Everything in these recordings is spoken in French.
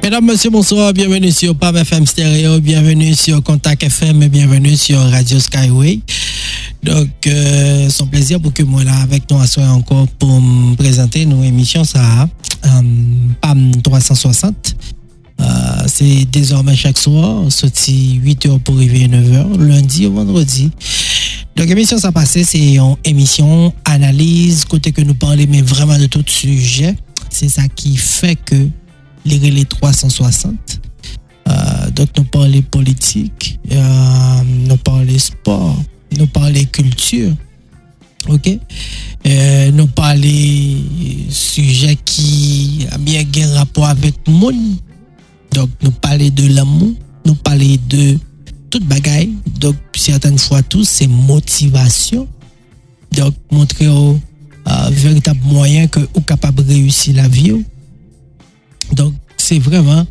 Mesdames, messieurs, bonsoir, bienvenue sur PAM FM Stereo, bienvenue sur Contact FM et bienvenue sur Radio Skyway. Donc, c'est un plaisir pour que moi là avec nous soyons encore pour me présenter nos émissions ça PAM 360. C'est désormais chaque soir, sorti 8h pour arriver à 9h, lundi au vendredi. Donc, l'émission ça passé, c'est une émission analyse, côté que nous parlons, mais vraiment de tout sujet. C'est ça qui fait que les 360. Donc, nous parlons politique, nous parlons sport, nous parlons culture. OK? Nous parlons sujet qui a bien un rapport avec le monde. Donc, nous parlons de l'amour, nous parlons de toute bagaille. Donc, certaines fois, tout, c'est motivation. Donc, montrer au véritable moyen que vous êtes capable de réussir la vie. Donc, c'est vraiment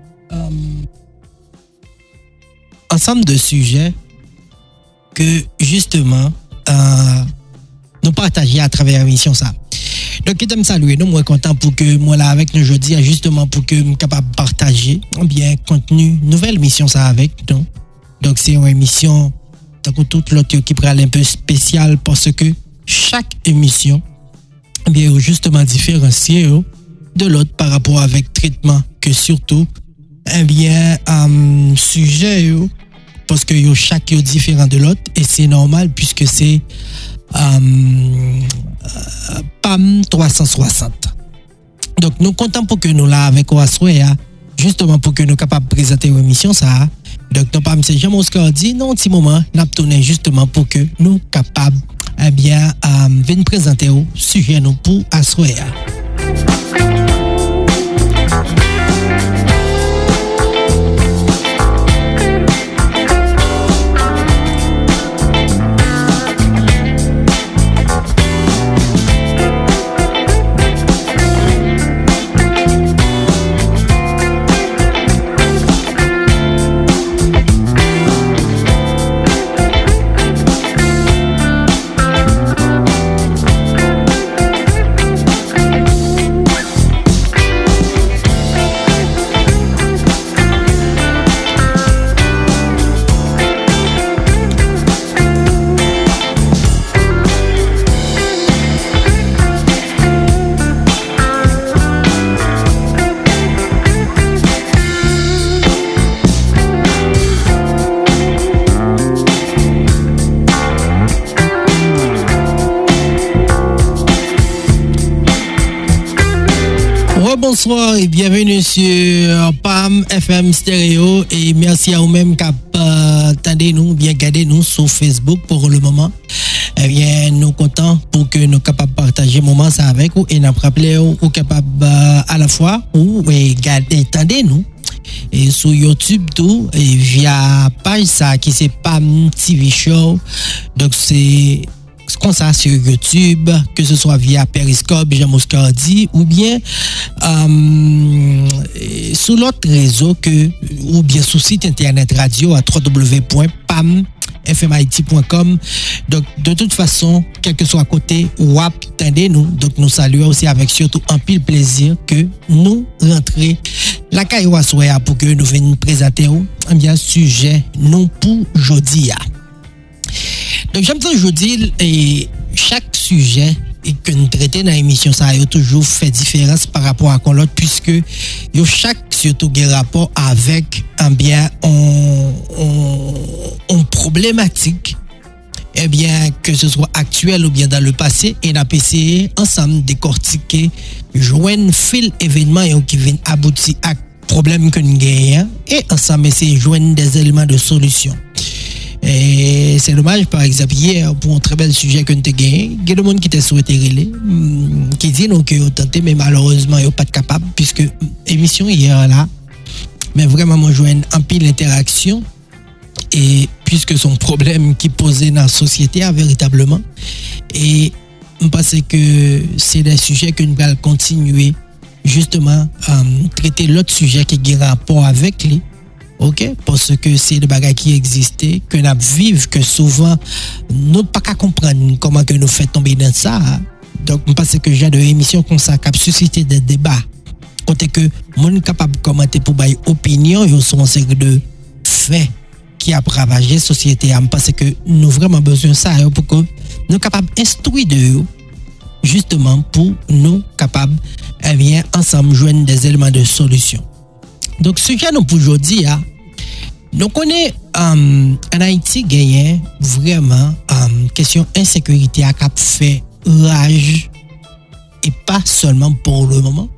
ensemble de sujets que, justement, nous partageons à travers l'émission ça. Donc, je me saluer, nous, moi, content pour que moi, là, avec nous, jeudi, justement, pour que je sois capable de partager, bien, contenu, nouvelle émission ça avec nous. Donc, c'est une émission, tant que toute l'autre qui prend un peu spéciale parce que chaque émission, bien, justement, différencié de l'autre par rapport avec traitement que surtout, eh bien, sujet, parce que chaque est différent de l'autre et c'est normal puisque c'est PAM 360. Donc, nous comptons pour que nous là avec Oaswea, justement pour que nous capables de présenter une émission ça. Donc, non pas M. Jean-Oscar dit, non, petit moment, nous avons tourné justement pour que nous capables, eh bien, venir présenter au sujet nous pour Aswea. Bonsoir et bienvenue sur PAM FM Stereo et merci à vous-même qui attendez nous, bien gardez nous sur Facebook pour le moment. Eh bien, nous contents pour que nous capables de partager moment ça avec vous et nous rappeler ou capable à la fois ou attendez nous et sur YouTube tout et via page ça qui c'est PAM TV Show. Donc c'est comme ça sur YouTube, que ce soit via Periscope, Jean-Oscar dit, ou bien sur l'autre réseau ou bien sur site internet radio à www.pamfmit.com. Donc de toute façon, quel que soit côté ou attendez-nous. Donc nous saluons aussi avec surtout un pile plaisir que nous rentrons la Caïwa Soya pour que nous venions présenter un bien sujet non pour jeudi. Donc, j'aime ça aujourd'hui, et chaque sujet que nous traitons dans l'émission, ça a toujours fait différence par rapport à l'autre, puisque chaque surtout des rapports avec un bien en problématique, eh bien, que ce soit actuel ou bien dans le passé, et on a essayé ensemble décortiquer, joindre fil événements qui viennent aboutir à problème que nous gagnons, et ensemble essayer de joindre des éléments de solution. Et c'est dommage, par exemple, hier, pour un très bel sujet que nous avons gagné, il y a des gens qui t'a souhaité relais, qui disent qu'ils ont tenté, mais malheureusement, ils n'ont pas de capable, puisque l'émission hier là, mais vraiment, moi, je vois un pile d'interaction, et puisque son problème qui posait dans la société, véritablement, et je pense que c'est des sujets que nous allons continuer, justement, à traiter l'autre sujet qui a rapport avec lui. OK, parce que c'est des bagages qui existaient que nous vivons, que souvent nous pas qu'à comprendre comment que nous fait tomber dans ça. Donc je pense que j'ai des émissions comme ça qui suscité des débats côté que monde capable commenter pour bailler opinion yo sont une série de faits qui a ravagé société parce que nous vraiment besoin ça pour que nous capables instruire de eux justement pour nous capables bien ensemble joindre des éléments de solution. Donc ce que nous pour aujourd'hui nous connaît en Haïti gagné vraiment question insécurité a cap fait rage et pas seulement pour le moment.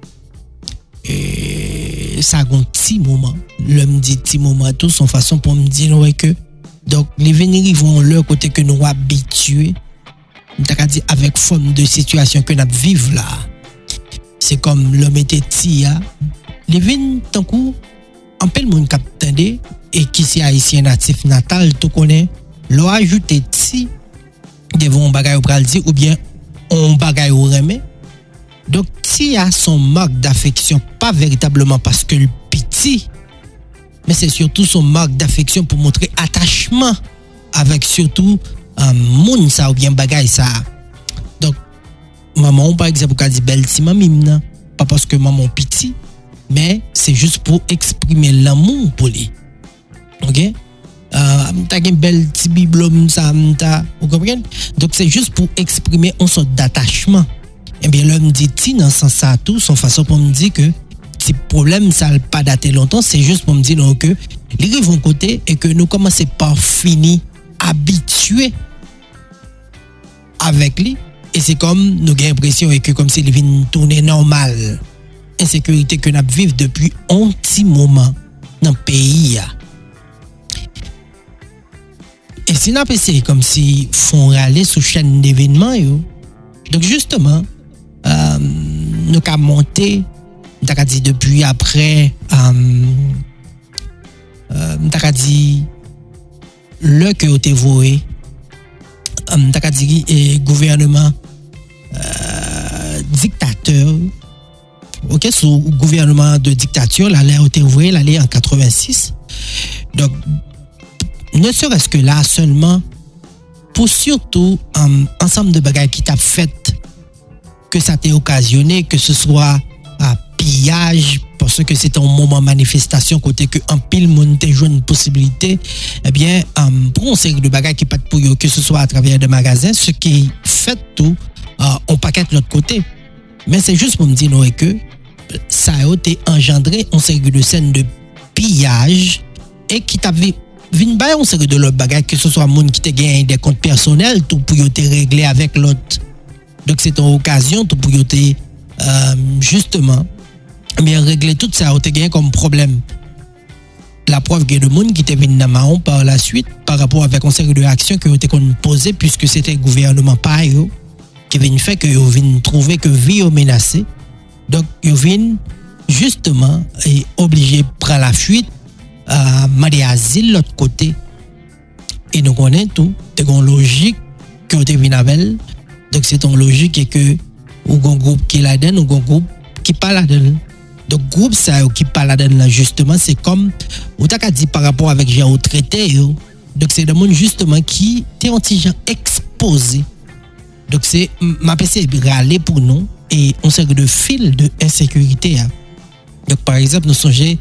Et ça a un petit moment. L'homme dit petit moment tout son façon pour me dire que donc les venir vont leur côté que nous habitués avec forme de situation que nous vivons là. C'est comme l'homme était petit les venir tant coup en peu le monde captendé et qui c'est haïtien natif natal tout connaît l'ont ajouté petit devant bagay ou pral dire ou bien on bagay ou remet. Donc si a son manque d'affection pas véritablement parce que le petit mais c'est surtout son manque d'affection pour montrer attachement avec surtout moun ça ou bien bagay ça. Donc maman par exemple qu'a dit belle ti mamim pas parce que maman petit mais c'est juste pour exprimer l'amour pour lui. OK? T'as une belle ti biblom ça vous comprenez? Donc c'est juste pour exprimer une sorte d'attachement. Eh bien l'homme dit ti dans sens ça tout son façon pour me dire que si problème ça n'a pas daté longtemps, c'est juste pour me dire non, que les vont côté et que nous commençons par finir habitués avec lui et c'est comme nous avons l'impression et que comme si il vient tourner normal insécurité que nous vivons depuis un petit moment dans le pays. Et si nous avons comme si font râler sous chaîne d'événements donc justement nous avons monté depuis après le que été voué gouvernement dictateur OK sous gouvernement de dictature là a été voué l'année en 86 donc ne serait-ce que là seulement pour surtout ensemble de bagages qui t'a fait que ça t'est occasionné que ce soit à pillage parce que c'est un moment manifestation côté que un pile monde te joue une possibilité eh bien pour une série de bagages qui pas pour eux, que ce soit à travers des magasins ce qui fait tout on paquet de l'autre côté mais c'est juste pour me dire non que ça a été engendré une série de scènes de pillage et qui t'a vinn bay on série de l'autre bagages que ce soit monde qui te gagne des comptes personnels tout pour te régler avec l'autre donc c'est une occasion tout pour te justement mais régler tout ça a gagné comme problème la preuve que le monde qui était venu dans Mahon par la suite par rapport avec une série de actions qui ont été posées puisque c'était le gouvernement pas qui vient faire que vient trouver que vie est menacée donc ils viennent justement et obligé prendre la fuite demander asile l'autre côté et nous connaissons tout c'est une logique que vous venu avec donc c'est une logique et que ou un groupe qui la donne ou un groupe qui pas la donne donc groupe ça qui pas la donne là justement c'est comme ou t'as dit par rapport avec j'ai au traité donc c'est des monde justement qui t'es anti-gens exposé donc c'est ma PC râler pour nous et on sait que de fil de insécurité donc par exemple nous songez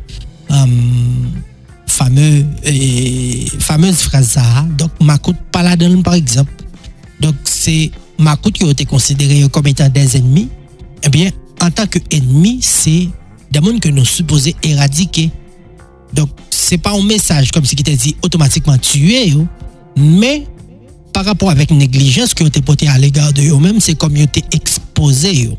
fameuse phrase donc Makout pas la donne par exemple donc c'est Makout qui a été considéré comme étant des ennemis eh bien en tant que ennemi c'est des gens que nous supposons éradiquer donc c'est pas un message comme si qui était dit automatiquement tuer mais par rapport avec négligence qui a été portée à l'égard de eux-mêmes c'est comme ils ont été exposés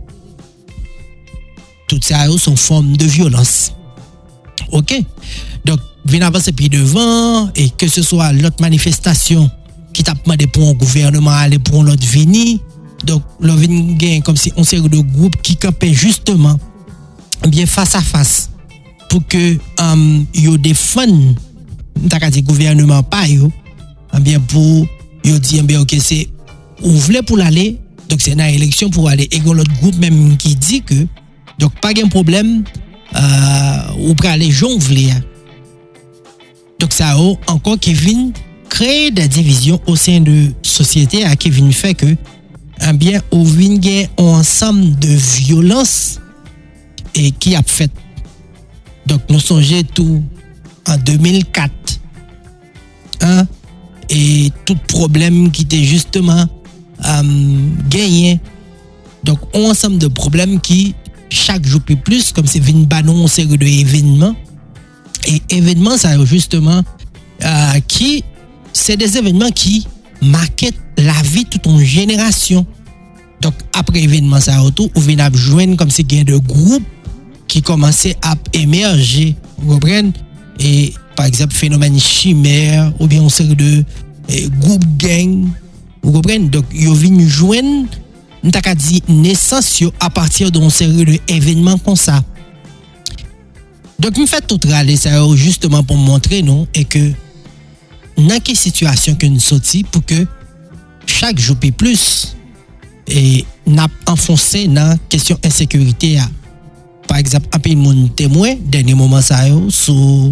tout ça sont forme de violence OK donc vient avancer puis devant et que ce soit l'autre manifestation qui t'a demandé pour un gouvernement aller pour l'autre vini donc le vient gain comme si on série de groupes qui campaient justement bien face à face pour que yo défendent t'as dit gouvernement pas yo bien pour yo dit bien OK c'est ou voulez pour l'aller donc c'est une élection pour aller et l'autre groupe même qui dit que donc pas de problème ou pour aller jonvler donc ça a encore qui vient créer des divisions au sein de société à qui vient fait que un bien au vient un ensemble de violence et qui a fait. Donc nous songeons tout en 2004. Hein? Et tout problème qui était justement gagné. Donc on ensemble de problèmes qui chaque jour plus comme c'est venu banon une série d'événements. Et événements ça justement qui c'est des événements qui marquent la vie de toute une génération. Donc après événements ça autour on vient joindre comme si gain de groupes qui commençaient à émerger, vous comprenez? Et par exemple phénomène chimère ou bien une série de groupes gang, vous comprenez? Donc ils viennent joindre on t'a dit naissance à partir d'une série d'événements comme ça. Donc me fait tout râler ça justement pour montrer non et que dans quelle situation que nous sortis pour que chaque jour plus et n'a enfoncé dans question insécurité. Par exemple, un peu de monde témoin dernier moment ça sur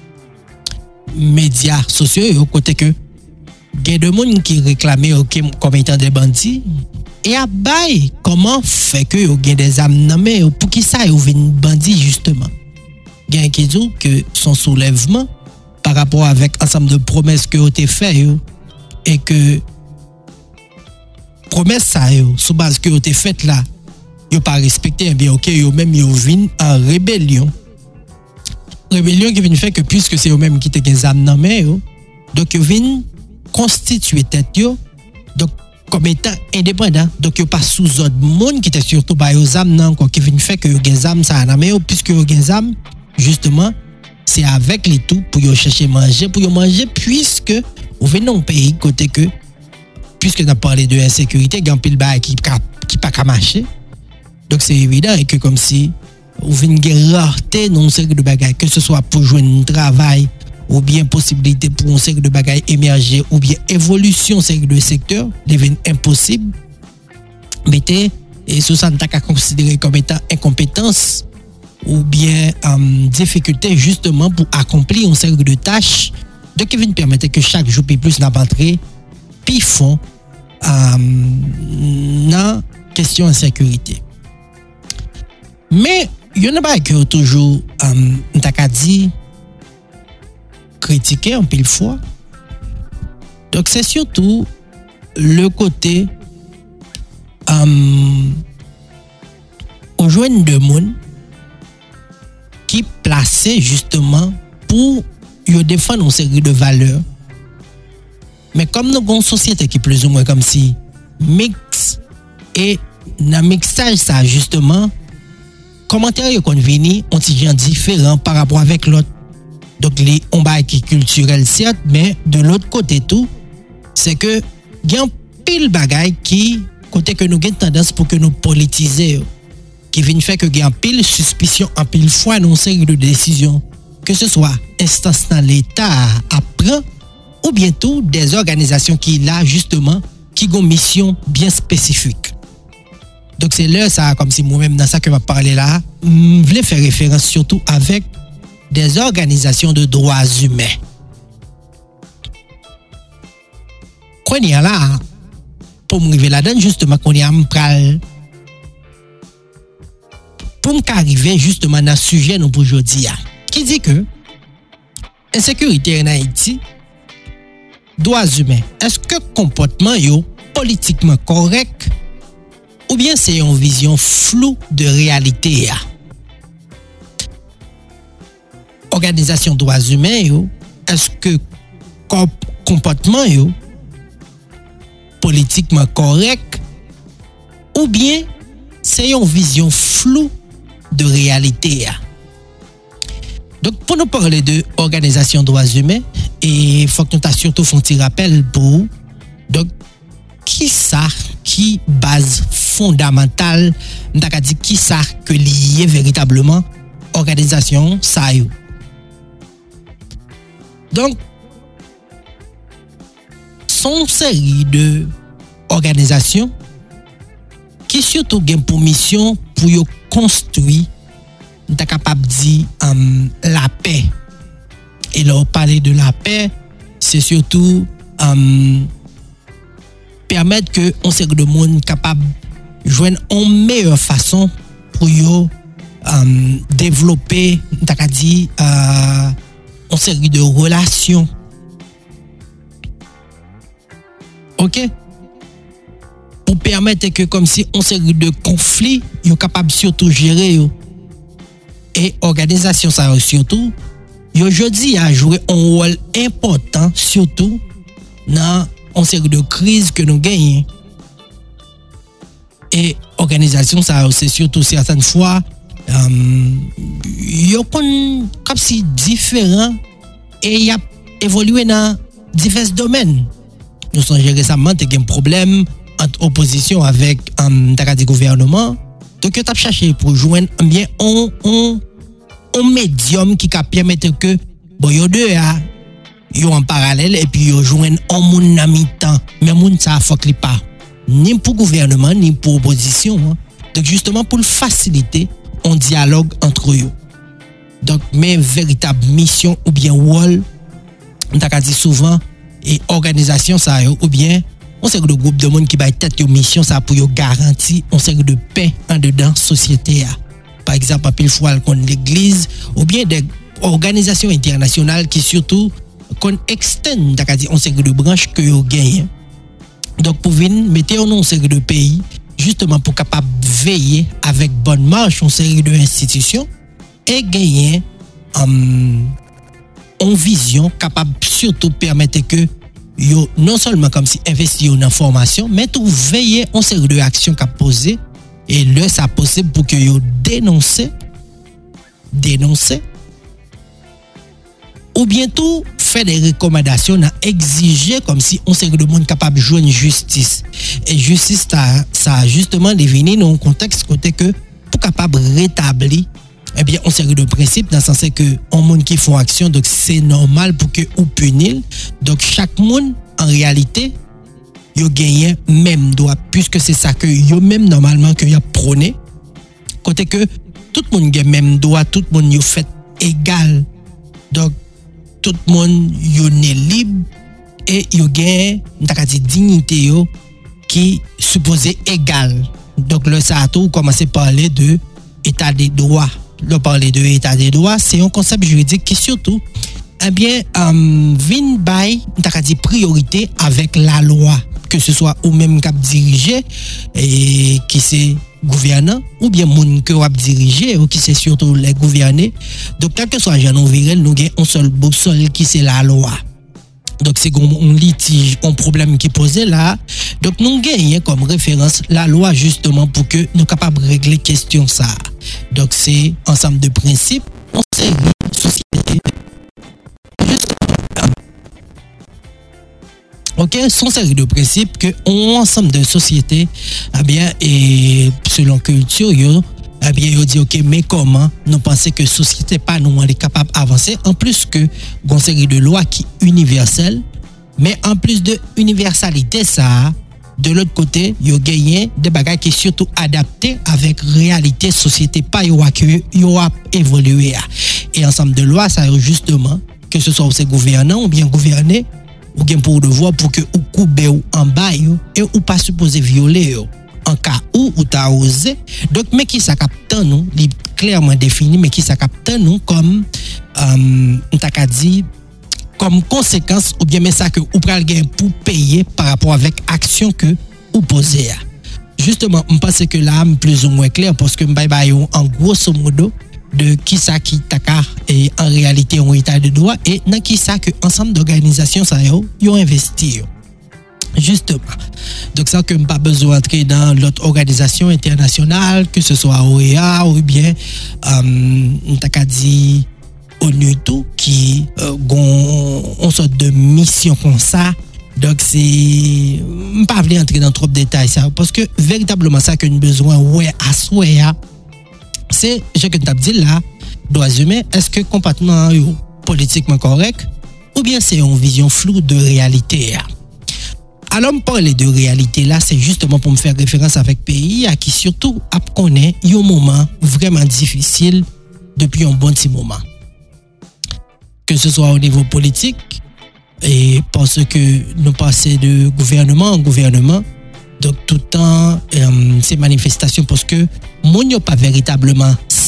médias sociaux côté que il y a des gens qui réclamaient comme étant des bandits et à bail comment fait que il y a des âmes nommées pour qui ça ils viennent bandits justement. Il y a qui dit que son soulèvement par rapport avec ensemble de promesses que ont été faites et que promesses ça sur base que ont été faites là yo pas respecté bien OK yo même yo vinn en rébellion qui vient faire que puisque c'est eux même qui te gen âme nan men yo donc yo vinn constituer tête yo donc comme étant indépendant donc yo pas sous autre monde qui était surtout ba yo âme nan encore qui vient faire que yo gen âme ça nan men yo puisque yo gen âme justement c'est avec les tout pour yo chercher manger pour yo manger puisque ou vinn dans pays côté que puisque on a parlé de insécurité gan pile ba qui pas ka marcher. Donc c'est évident que comme si on vient de rareté dans une série de bagages, que ce soit pour jouer un travail ou bien possibilité pour une série de bagages émerger ou bien évolution série de secteurs, devient impossible. Mettez et ce ça n'a qu'à considérer comme étant incompétence ou bien difficulté justement pour accomplir une série de tâches de qui vient permettre que chaque jour plus n'a pas entré puis fond dans question insécurité. Mais il y en a pas que toujours t'as dit critiquer un pile fois. Donc c'est surtout le côté aux jeunes de monde qui placé justement pour défendre une série de valeurs. Mais comme nous avons une société qui est plus ou moins comme si mix et dans mixage ça justement commentaires qu'on vini ont gens différents par rapport avec l'autre. Donc les on ba qui culturel certes mais de l'autre côté tout c'est que il y a un pile bagaille qui côté que nous avons tendance pour que nous politiser qui vient faire que il y a un pile suspicion en pile fois dans une série de décisions que ce soit instance dans l'état apprend ou bientôt des organisations qui là justement qui ont une mission bien spécifique. Donc c'est là ça comme si moi-même dans ça que je vais parler là, je voulais faire référence surtout avec des organisations de droits humains. Quand il y a là pour m'arriver là-dedans justement qu'on y a pour m'arriver justement dans ce sujet nous pour aujourd'hui qui dit que insécurité en Haïti droits humains, est-ce que comportement yo politiquement correct ou bien c'est une vision floue de réalité ya? Organisation droits humains yo, est-ce que comportement yo politiquement correct ou bien c'est une vision floue de réalité ya? Donc pour nous parler de organisation droits humains et faut que nous t'a surtout font un petit rappel pour donc qui base fondamentale n'a dit qui ça que lié véritablement organisation ça yo. Donc son série de organisations qui surtout gain pour mission pour yo construire t'es capable de dire la paix. Et là, parler de la paix, c'est surtout permettre que on série de monde capable de joindre une meilleure façon pour yo développer, t'as dit, une série de relations. OK? Pour permettre que, comme si on série de conflits, ils sont capables surtout gérer. Et organisation, ça surtout, aujourd'hui, a joué un rôle important, surtout dans une série de crises que nous gagnons. Et organisation, ça c'est surtout certaines fois, il y a comme si différent et il y a évolué dans divers domaines. Nous sommes récemment, il y a un problème entre opposition avec le gouvernement. Donc, tu as cherché pour joindre bien un médium qui permet que, bon, il y a deux, ils en parallèle et puis ils joignent un monde à mi-temps. Mais monde ça ne faut pas. Ni pour gouvernement, ni pour opposition. Donc, justement, pour faciliter un dialogue entre eux. Donc, mes véritables missions ou bien rôle, on t'a dit souvent, et organisation, ça, ou bien, on sait que le groupe de monde qui va tête une mission, ça pour garantir on sait que de paix en dedans société. Par exemple, à pile fois contre l'église, ou bien des organisations internationales qui surtout qu'on extend, on sait que de branches que vous gagnez. Donc, pour venir mettre en une série de pays, justement pour capable veiller avec bonne marche une série de institutions et gagner une vision capable surtout permettre que yo non seulement comme si investir dans formation, mais tout veiller en série de actions qu'a posé et là ça possible pour que yo dénoncer ou bientôt faire des recommandations à exiger comme si on série de monde capable de jouer une justice et justice ça justement devenu dans un contexte côté que pour capable rétablir eh bien on série de principes dans le sens que on monde qui font action donc c'est normal pour que ou punir donc chaque monde en réalité yo gagne même droit puisque c'est ça que yo même normalement que y a prôné côté que tout le monde gagne même droit tout le monde yo fait égal donc tout le monde yo né libre et yo gagne dignité yo qui supposé égal donc le ça a tout commencer à parler de état des droits. Le parler de état des droits, c'est un concept juridique qui surtout eh bien vient by priorité avec la loi, que ce soit ou même cap diriger et qui c'est gouvernant ou bien moun que wap diriger ou qui c'est surtout les gouvernés. Donc quel que soit Jean Virel, nous avons un seul boussole qui c'est la loi. Donc c'est un litige, un problème qui posait là. Donc nous gagnons comme référence la loi justement pour que nous capables de régler question ça. Donc c'est ensemble de principes, on série société. OK, son série de principes que on ensemble de société eh bien et selon culture yo eh bien yo dit OK mais comment nous penser que société pas nous est capable d'avancer en plus que une série de lois qui universelles mais en plus de universalité ça de l'autre côté yo gagné des bagages qui surtout adaptés avec réalité société pas yo a évolué et ensemble de lois ça justement que ce soit ces gouvernants ou bien gouvernés ou bien pour devoir pour que ou coupe ou en bas et ou pas supposé violer en cas où ou t'as osé donc mais qui ça capte nous clairement défini mais qui ça capte nous comme t'as dit comme conséquence ou bien mais ça que ou pral gain pour payer par rapport avec action que ou poser justement on pense que là plus ou moins clair parce que bye en grosso modo de qui ça qui taka et en réalité un état de droit et dans qui ça que ensemble d'organisations ça yo investi justement donc ça que pas besoin d'entrer dans l'autre organisation internationale que ce soit OEA ou bien taka dit ONU tout qui on sorte de mission comme ça donc c'est pas venir entrer dans trop de détails ça parce que véritablement ça que nous besoin ouais à souhait c'est ce que tu as dit là, droits humains, est-ce que complètement politiquement correct ou bien c'est une vision floue de réalité? Alors, me parler de réalité là, c'est justement pour me faire référence avec pays à qui surtout connaît un moment vraiment difficile depuis un bon petit moment. Que ce soit au niveau politique, et parce que nous passons de gouvernement en gouvernement, donc tout le temps ces manifestations parce que mon n'a pas véritablement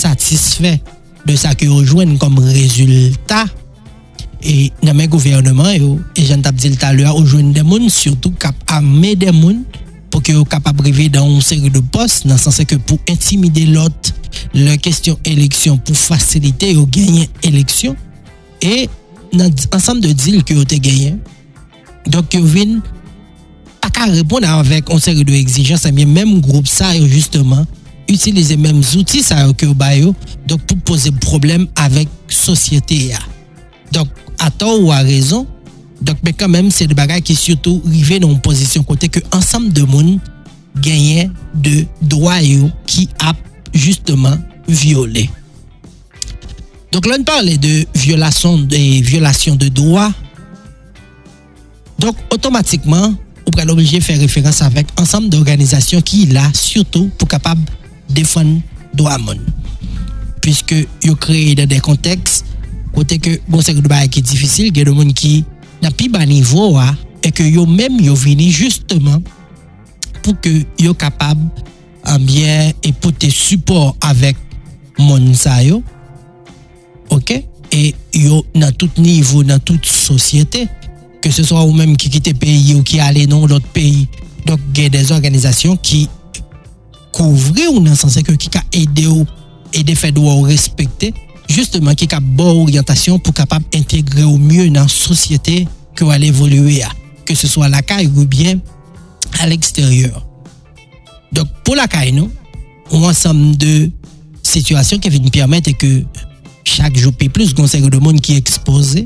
satisfait de ça que rejoignent comme résultat et dans mes gouvernements et j'en t'ai dit tout à l'heure rejoindre des monde surtout cap armer des monde pour que soient capables d'arriver dans une série de postes dans le sens que pour intimider l'autre la question élection pour faciliter ou gagner élection et dans ensemble de deals que vous avez gagné donc vous venez pas qu'à répondre avec une série d'exigences mais même groupe ça justement utiliser les mêmes outils ça que vous donc pour poser problème avec société donc à tort ou à raison donc mais quand même c'est des bagages qui surtout arrivé dans une position côté que ensemble de monde gagner de droits qui a justement violé. Donc là on parlait de violation de droits. Donc automatiquement on peut obligé de faire référence avec ensemble d'organisations qui là surtout pour capable défendre droits monde. Puisque yo créé dans des contextes côté que bon c'est de bagages qui est difficile, il y a des monde qui n'a plus bas niveau et que yo même yo vini justement pour que yo capable bien et porter support avec mon sa yo OK et yo dans tout niveau dans toute société que ce soit ou même qui quitte pays ou qui aller dans l'autre pays donc il y a des organisations qui couvrent ou dans le sens que qui a aidé ou aider faire droit respecter justement qui a bonne orientation pour capable intégrer au mieux dans la société que va évoluer que ce soit la caille ou bien à l'extérieur. Donc pour la caille nous on ensemble de situations qui viennent permettre que chaque jour plus conseil de monde qui est exposé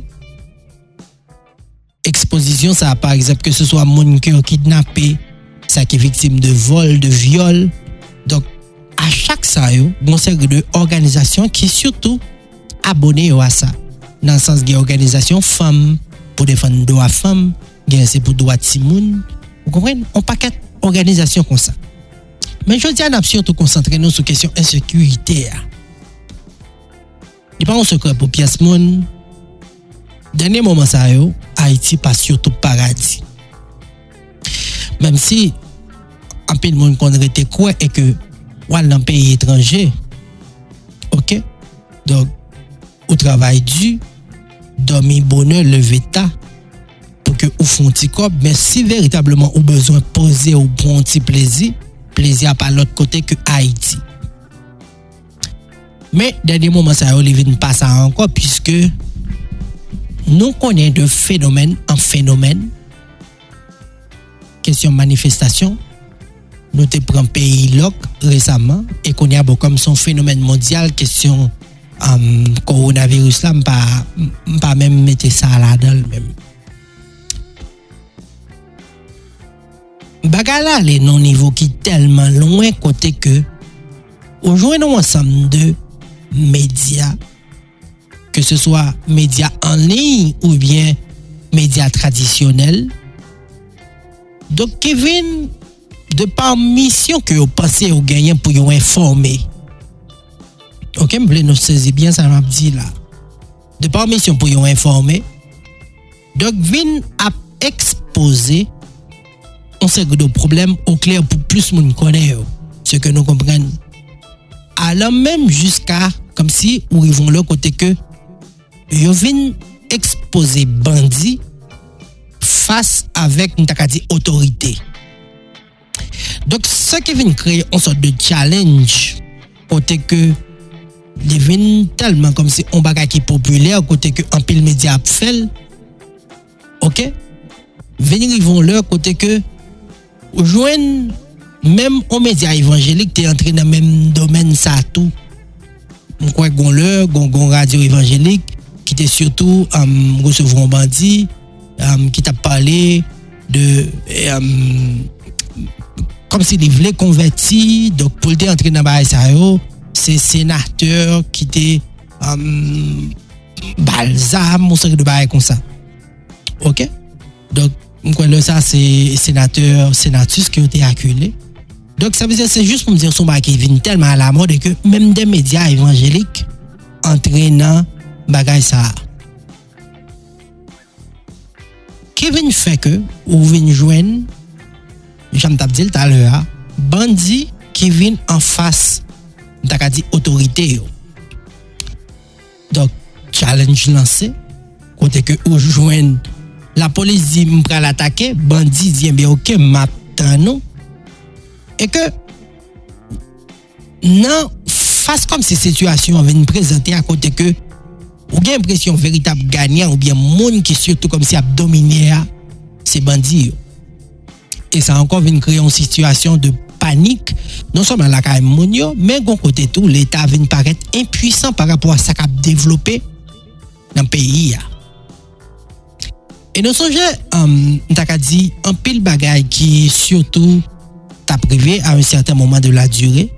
exposition ça par exemple que ce soit monde qui est kidnappé ça qui est victime de vol de viol donc à chaque ça yo conseil de organisation qui surtout abonné à ça dans le sens de organisation femmes pour défendre droits femmes c'est pour droits timoun vous comprenez on paquet organisation comme ça mais je dis à surtout concentrer nous sur question insécurité il pas un secret pour pièce moun dernier moment ça yo Haïti pas surtout paradis même si un peu de monde connaît quoi et que dans un pays étranger OK donc au travail du dormir bonheur lever ta pour que ou font petit corps mais si véritablement ou besoin poser ou prendre un petit plaisir par l'autre côté que Haïti mais dernier moment ça ne pas ça encore puisque nous connaissons de phénomène en phénomène question manifestation nous te pris un pays loc récemment et qu'on y a comme son phénomène mondial question coronavirus là pas même mettre ça là-dedans même bagala les non niveau qui tellement loin côté que aujourd'hui nous ensemble de médias que ce soit médias en ligne ou bien médias traditionnels donc Kevin de par mission que vous pensez au gagner pour vous informer OK me voulez nous saisir bien ça m'a dit là de par mission pour vous informer donc vin a exposer on sait que de problèmes au clair pour plus monde connaît ce que nous comprenons alors même jusqu'à comme si où ils vont le côté que yo vinn exposer bandit face avec une autorité donc ce qui vient créer une sorte de challenge côté que devient tellement comme si on bagage qui populaire côté que en pile média fait OK venir ils vont leur côté que joindre même aux médias évangéliques t'es entré dans même domaine ça tout on croit gon radio évangélique qui était surtout recevoir bandit qui t'a parlé de comme si il voulait convertir donc pour le entrer dans bail ça c'est sénateur qui était balsam on sait de bail comme ça OK donc là ça c'est sénatus qui ont été acculés donc ça veut dire c'est juste pour me dire son bail qui vient tellement à la mode que même des médias évangéliques entraînant bagay ça Kevin fait que ou vinn joindre j'aime t'a dit tout à l'heure bandit qui vient en face t'as dit autorité yo. Donc challenge lancé côté que ou joindre la police dit m'pral l'attaquer, bandit dit bien OK m'attend nous et que non face comme ces situations viennent présenter à côté que ou bien impression véritable gagnant ou bien monde qui surtout comme si a dominé ces bandits. Et ça encore vient créer une situation de panique non seulement la caille monio mais gon côté tout l'état vient paraître impuissant par rapport à ça qu'a développé dans le pays. Et nous songe t'as dit un pile bagaille qui surtout t'a privé à un certain moment de la durée.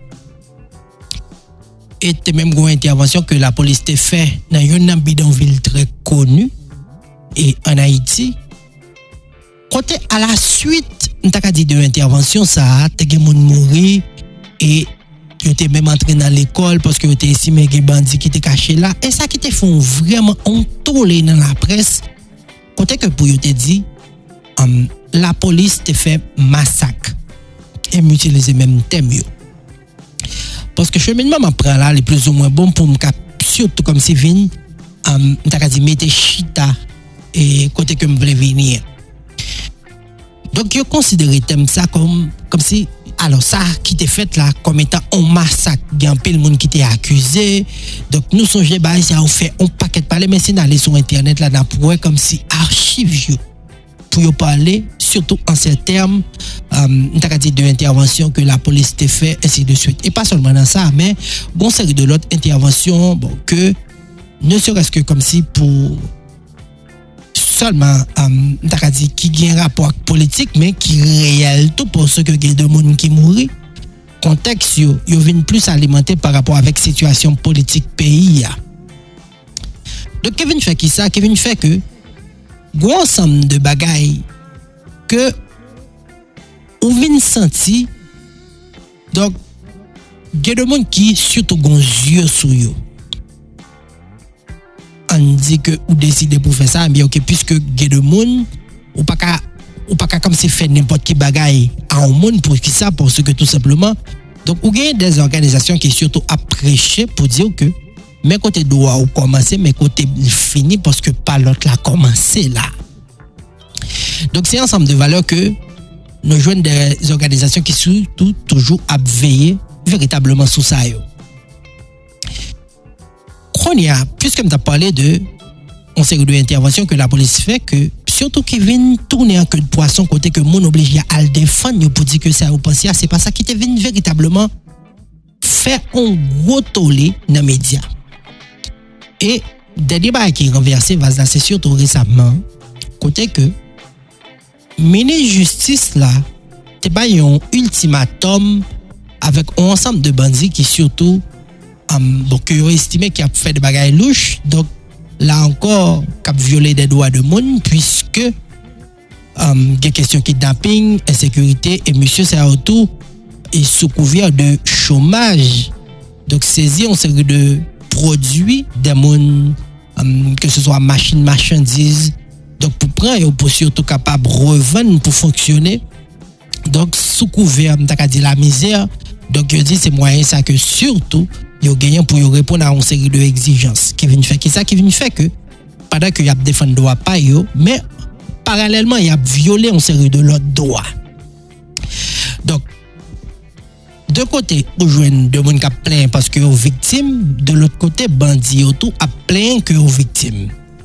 Et t'es même une intervention que la police t'a fait dans une bidonville très connue et en Haïti. Côté à la suite, t'as dit de l'intervention ça, t'es gen moun mouri et yo t'es même entré dans l'école parce que yo t'es estimé que bandit qui était caché là et ça qui te font vraiment entouré dans la presse. Côté que pour yo te dit la police te fait massacre et m'utiliser même thème yo. Parce que cheminement m'apprend là les plus ou moins bon pour me surtout comme si vinn t'as dit mettre chita et côté que me voulait venir. Donc yo considéré thème ça comme si alors ça qui était fait là comme étant un massacre, il y a un peu de monde qui était accusé. Donc nous songeons bah ça a fait un paquet de parler mais c'est d'aller sur internet là pour comme si archive pour y parler surtout en ces termes t'as dit de intervention que la police t'a fait ainsi de suite et pas seulement dans ça mais bon série de l'autre intervention bon que ne serait-ce que comme si pour seulement t'as dit qui a un rapport politique mais qui réel tout pour ceux que il y a de monde qui mourit contexte yo vient plus alimenté par rapport avec situation politique pays. Donc Kevin fait qui ça Kevin fait que gros ensemble de bagailles que on vient sentir donc il y a de monde qui surtout gon yeux sur yo. On dit que ou décider pour faire ça bien OK puisque il y a de monde ou pas comme si fait n'importe qui bagaille à un monde pour qui ça parce que tout simplement donc ou gagne des organisations qui surtout à prêcher pour dire que mes côté doit ou commencer mes côté fini parce que pas l'autre l'a commencé là. Donc c'est ensemble de valeurs que nous joignent des organisations qui surtout toujours à veiller véritablement sous ça yo. Kronia, puisque m't'a parlé de on série de intervention que la police fait que surtout qui viennent tourner un queue de poisson côté que mon obligé à le défendre pour dire que ça vous pensez c'est pas ça qui te vient véritablement faire un gros tollé dans les médias. Et des débats qui renversé va c'est surtout récemment côté que ministre justice là t'es pas un ultimatum avec un ensemble de bandits qui surtout donc ils ont estimé qu'il a fait des bagailles louches donc là encore qui a violé des droits de monde puisque des questions kidnapping insécurité et monsieur c'est autour et sous couvert de chômage donc saisir une série de produits des monde que ce soit machine marchandises donc pour prendre pour surtout capable revendre pour fonctionner donc sous couvert t'as dit la misère donc je dis c'est moyen ça que surtout yo gagnant pour répondre à une série de exigences qui vient faire que pendant que y a défendre droit pas yo mais parallèlement y a violé une série de l'autre droits. Donc de côté ou joindre de monde qui plein parce que aux victimes de l'autre côté bandit tout a plein que aux victimes.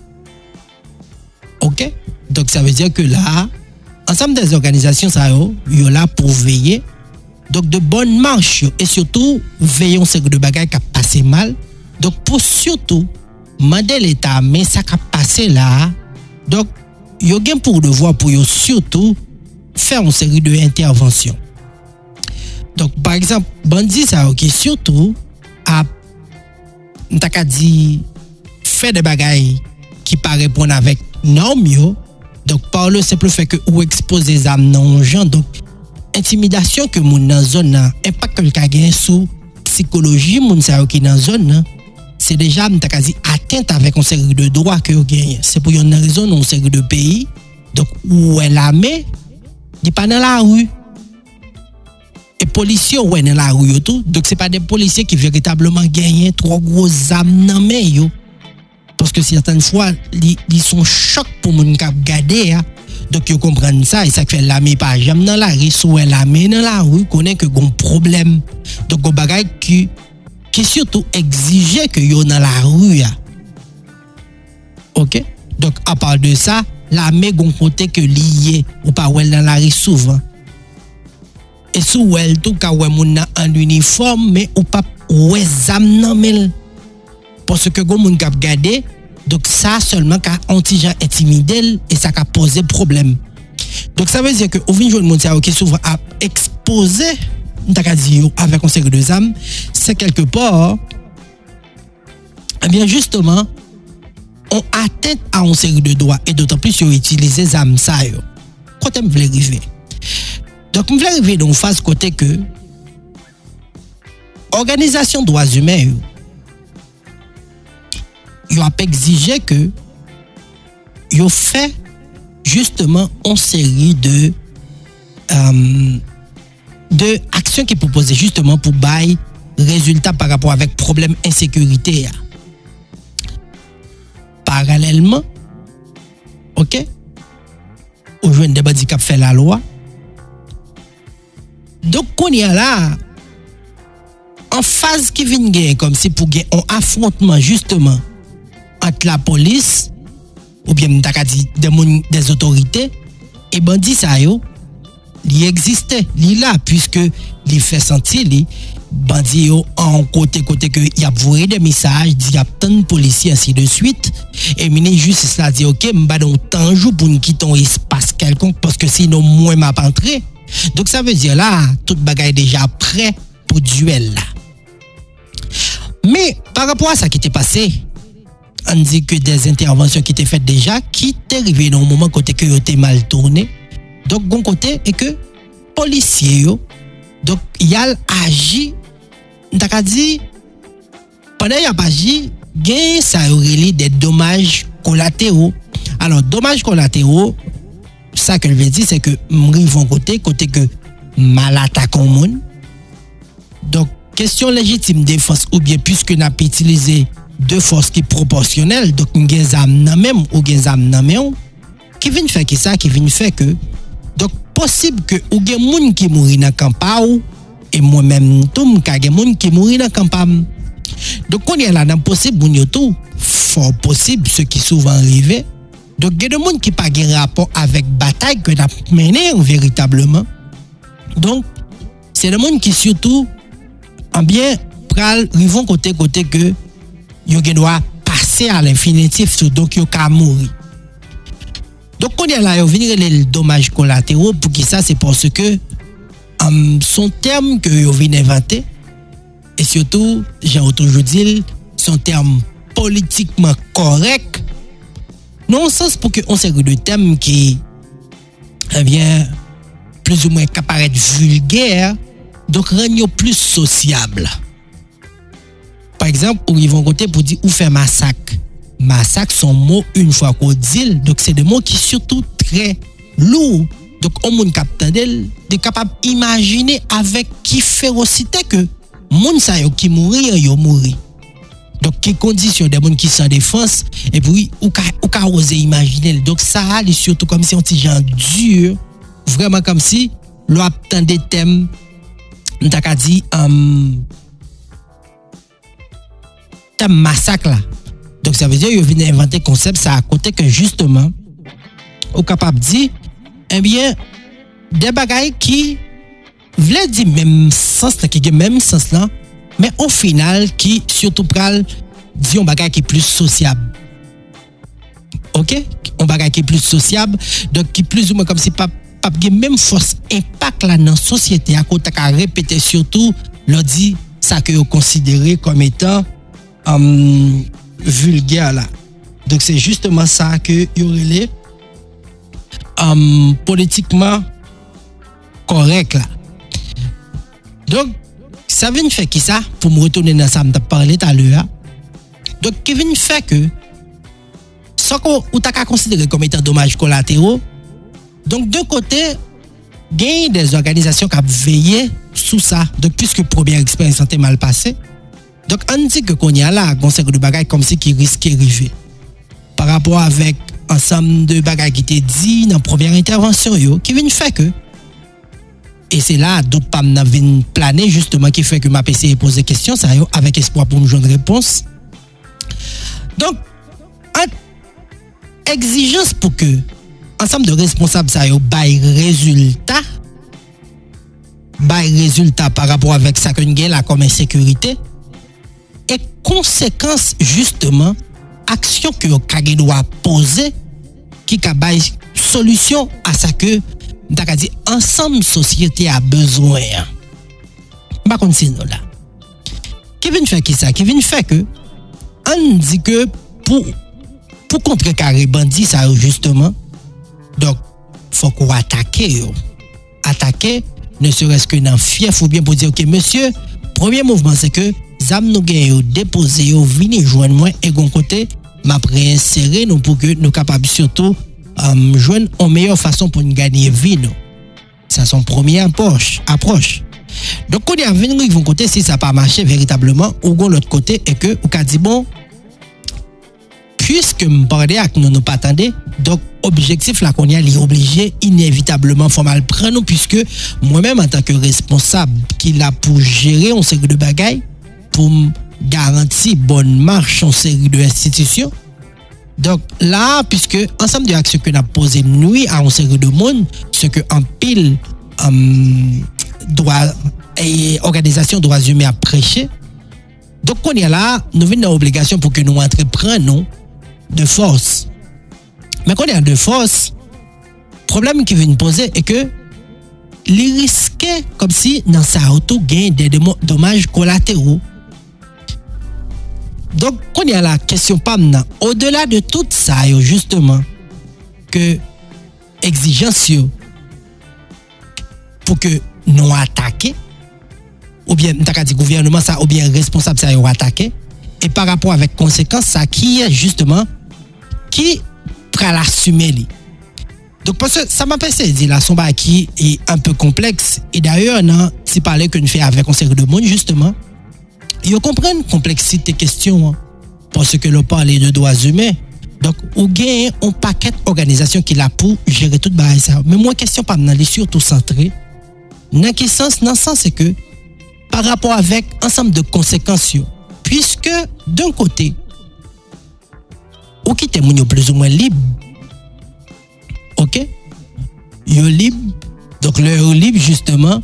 OK? Donc ça veut dire que là ensemble des organisations ça yo là pour veiller donc de bonnes marches et surtout veillons ce de bagages qui a passé mal donc pour surtout demander l'état mais ça qui a passé là donc yo gen pour devoir pour yo surtout faire une série de interventions. Donc par exemple bandit ça qui surtout a t'as dit faire des bagages qui pas répondre avec normes yo donc par le simple fait que ou exposer des âmes non gens donc intimidation que moun dans zone impact que ka gagne sous psychologie moun sa qui dans zone c'est déjà m'ta quasi atteinte avec une série de droits que gagne c'est pour une raison une série de pays donc où est l'armée dit pas dans la rue et policiers ouais dans la rue tout. Donc c'est pas des policiers qui véritablement gagnent trop gros âmes dans main yo. Parce que certaines fois ils sont chocs pour moun k'ap garder hein. Donc ils comprennent ça et ça fait l'armée pas jamais dans la rue soit l'armée dans la rue connaît que gon problème. Donc gon bagay qui surtout exigeait que yo dans la rue hein. OK? Donc à part de ça, l'armée gon côté que lié ou pas ouais dans la rue souvent. Et sous elle tout ka ouais moun en uniforme mais ou pas ouais zam nan men parce que gon moun k'ap garder donc ça seulement ka anti-gens intimidé et ça ka poser problème. Donc ça veut dire que au vinn joindre moun ça qui souvent a exposé t'aka dit avec un série de zam, c'est quelque part eh bien justement on atteint à une série de droits et d'autant plus sur utiliser zam ça yo. Quand me vle river. Donc me vle river dans phase côté que organisation droits humains yo a exigé que yo fait justement une série de actions qui proposent justement pour bailler résultat par rapport avec problème insécurité. Parallèlement, OK, au jeune des bandits qui fait la loi. Donc on y a là en phase qui vient gagner comme si pour gagner un affrontement justement entre la police ou bien des autorités et bandits ça yo il existait il là puisque il fait sentir les bandits yo en côté que y a voyé des messages dit y a tant de policiers ainsi de suite et ministre justice là dit OK m'ba don temps jour pour nous quitter un espace quelconque parce que sinon moi m'a pas entrer. Donc ça veut dire là toute bagaille déjà prêt pour duel là. Mais par rapport à ça qui était passé, on dit que des interventions qui étaient faites déjà, qui étaient arrivées dans un moment côté que yo était mal tourné. Donc bon côté et que policiers yo, donc y a agi, t'as dit pendant y a agi, gain ça aurait des dommages collatéraux. Alors dommages collatéraux, ça que je veux dire c'est que m'rivon côté que mal attaque au monde. Donc question légitime défense ou bien puisque n'a pas utilisé de force qui proportionnelle donc gen zam nan même ou gen zam nan men qui vient faire qui ça qui vient faire que donc possible que ou gen moun qui mouri dans campagne et moi même tout m'ka gen moun qui mouri dans campagne. Donc on est là dans possible moun yo tout fort possible ce qui souvent arrivé. Donc gen de moun qui pas gen rapport avec bataille que n'a mené véritablement. Donc c'est le monde qui surtout en bien pral rivon côté que yo doit passer à l'infinitif donc yo ka mourir. Donc on est là yo venir les dommages collatéraux pour qui ça c'est parce que son terme que yo vient inventer et surtout j'ai toujours dit son terme politiquement correct non sens pour que on série de termes qui eh bien plus ou moins apparaître vulgaire donc rendre plus sociable. Par exemple, où ils vont côté pour dire ou faire massacre. Massacre son mot une fois qu'on dit donc c'est des mots qui surtout très lourds. Donc on moun capte d'elle est capable imaginer avec qui férocité que moun sa yo qui mourir yo mourir. Donc qui condition des moun qui sans défense et puis ou ka oser imaginer. Donc ça est surtout comme si on petit gens dur vraiment comme si l'on attend des thèmes t'as dit thème massacre là. Donc ça veut dire qu'il vient inventer concept ça à côté que justement au capable dit eh bien des bagailles qui veulent dire même sens là qui même sens là mais au final qui surtout pral dit un bagaille qui est plus sociable. OK? Un bagaille qui est plus sociable donc qui plus ou moins comme si pas même force impact là dans société à côté à répéter surtout leur dit ça que vous considérez comme étant vulgaire là. Donc c'est justement ça que y aurait politiquement correct là. Donc ça vient faire qui ça pour me retourner dans ça me parlé tout à l'heure. Donc qui vient faire que ce qu'on ou t'a considéré comme étant dommages collatéraux. Donc, d'un côté, il y a des organisations qui ont veillé sous ça, donc puisque première expérience était mal passée, donc on dit que qu'on y a là, on sait que de bagages comme si qui risquait d'arriver. Par rapport avec ensemble de bagages qui étaient dit dans la première intervention, qui viennent faire que, et c'est là d'autres pas viennent planer justement qui fait que ma PC pose des questions, ça avec espoir pour me joindre réponse. Donc, exigence pour que ensemble de responsables ça yo bail résultat par rapport avec ça que nous gagne là comme insécurité et conséquence justement action que Kage doit poser qui ka bail solution à ça que t'as dit ensemble société a besoin pas comme si nous là qui vient faire qui ça qui vient faire que on dit que pour contrecarrer bandit ça justement donc faut qu'on attaquer ne serait-ce que dans fief ou bien pour dire OK monsieur premier mouvement c'est que zam nous gagne déposer yo venir joindre moi et gon côté m'a réinsérer nous pour que nous capables surtout joindre en meilleure façon pour nous gagner vie nous ça son premier approche donc quand il y a venir ils vont côté si ça pas marché véritablement ou gon l'autre côté et que ou ka dit bon puisque me parler avec nous pas attendez donc objectif là qu'on y a est obligé inévitablement faut mal prendre puisque moi-même en tant que responsable qui l'a pour gérer une série de bagailles pour garantir bonne marche en série de institutions donc là puisque ensemble de actions que n'a posé nuit à une série de monde ce que en pile droit et organisation droits humains a prêché donc on y a là nous venons dans obligation pour que nous entreprenions de force. Mais quand il y a de force, le problème qui vient poser est que les risques comme si dans sa auto gagne des dommages collatéraux. Donc quand il y a la question pas maintenant, au-delà de tout ça justement que exigence pour que nous attaquer ou bien t'as dit gouvernement ça ou bien responsable ça attaquer et par rapport avec conséquences ça qui est justement qui prend l'assumer lui. Donc parce que ça m'a pensé dire là son qui est un peu complexe et d'ailleurs non si parler que nous fait avec un série de monde justement ils comprennent complexité question hein, parce que l'on parle de droits humains donc ou gagne un paquet d'organisations qui l'a pour gérer tout bail ça mais moi question pas dans les surtout centré dans quel sens c'est que par rapport avec ensemble de conséquences puisque d'un côté ou qui témoigne plus ou moins libre OK yo libre donc le libre justement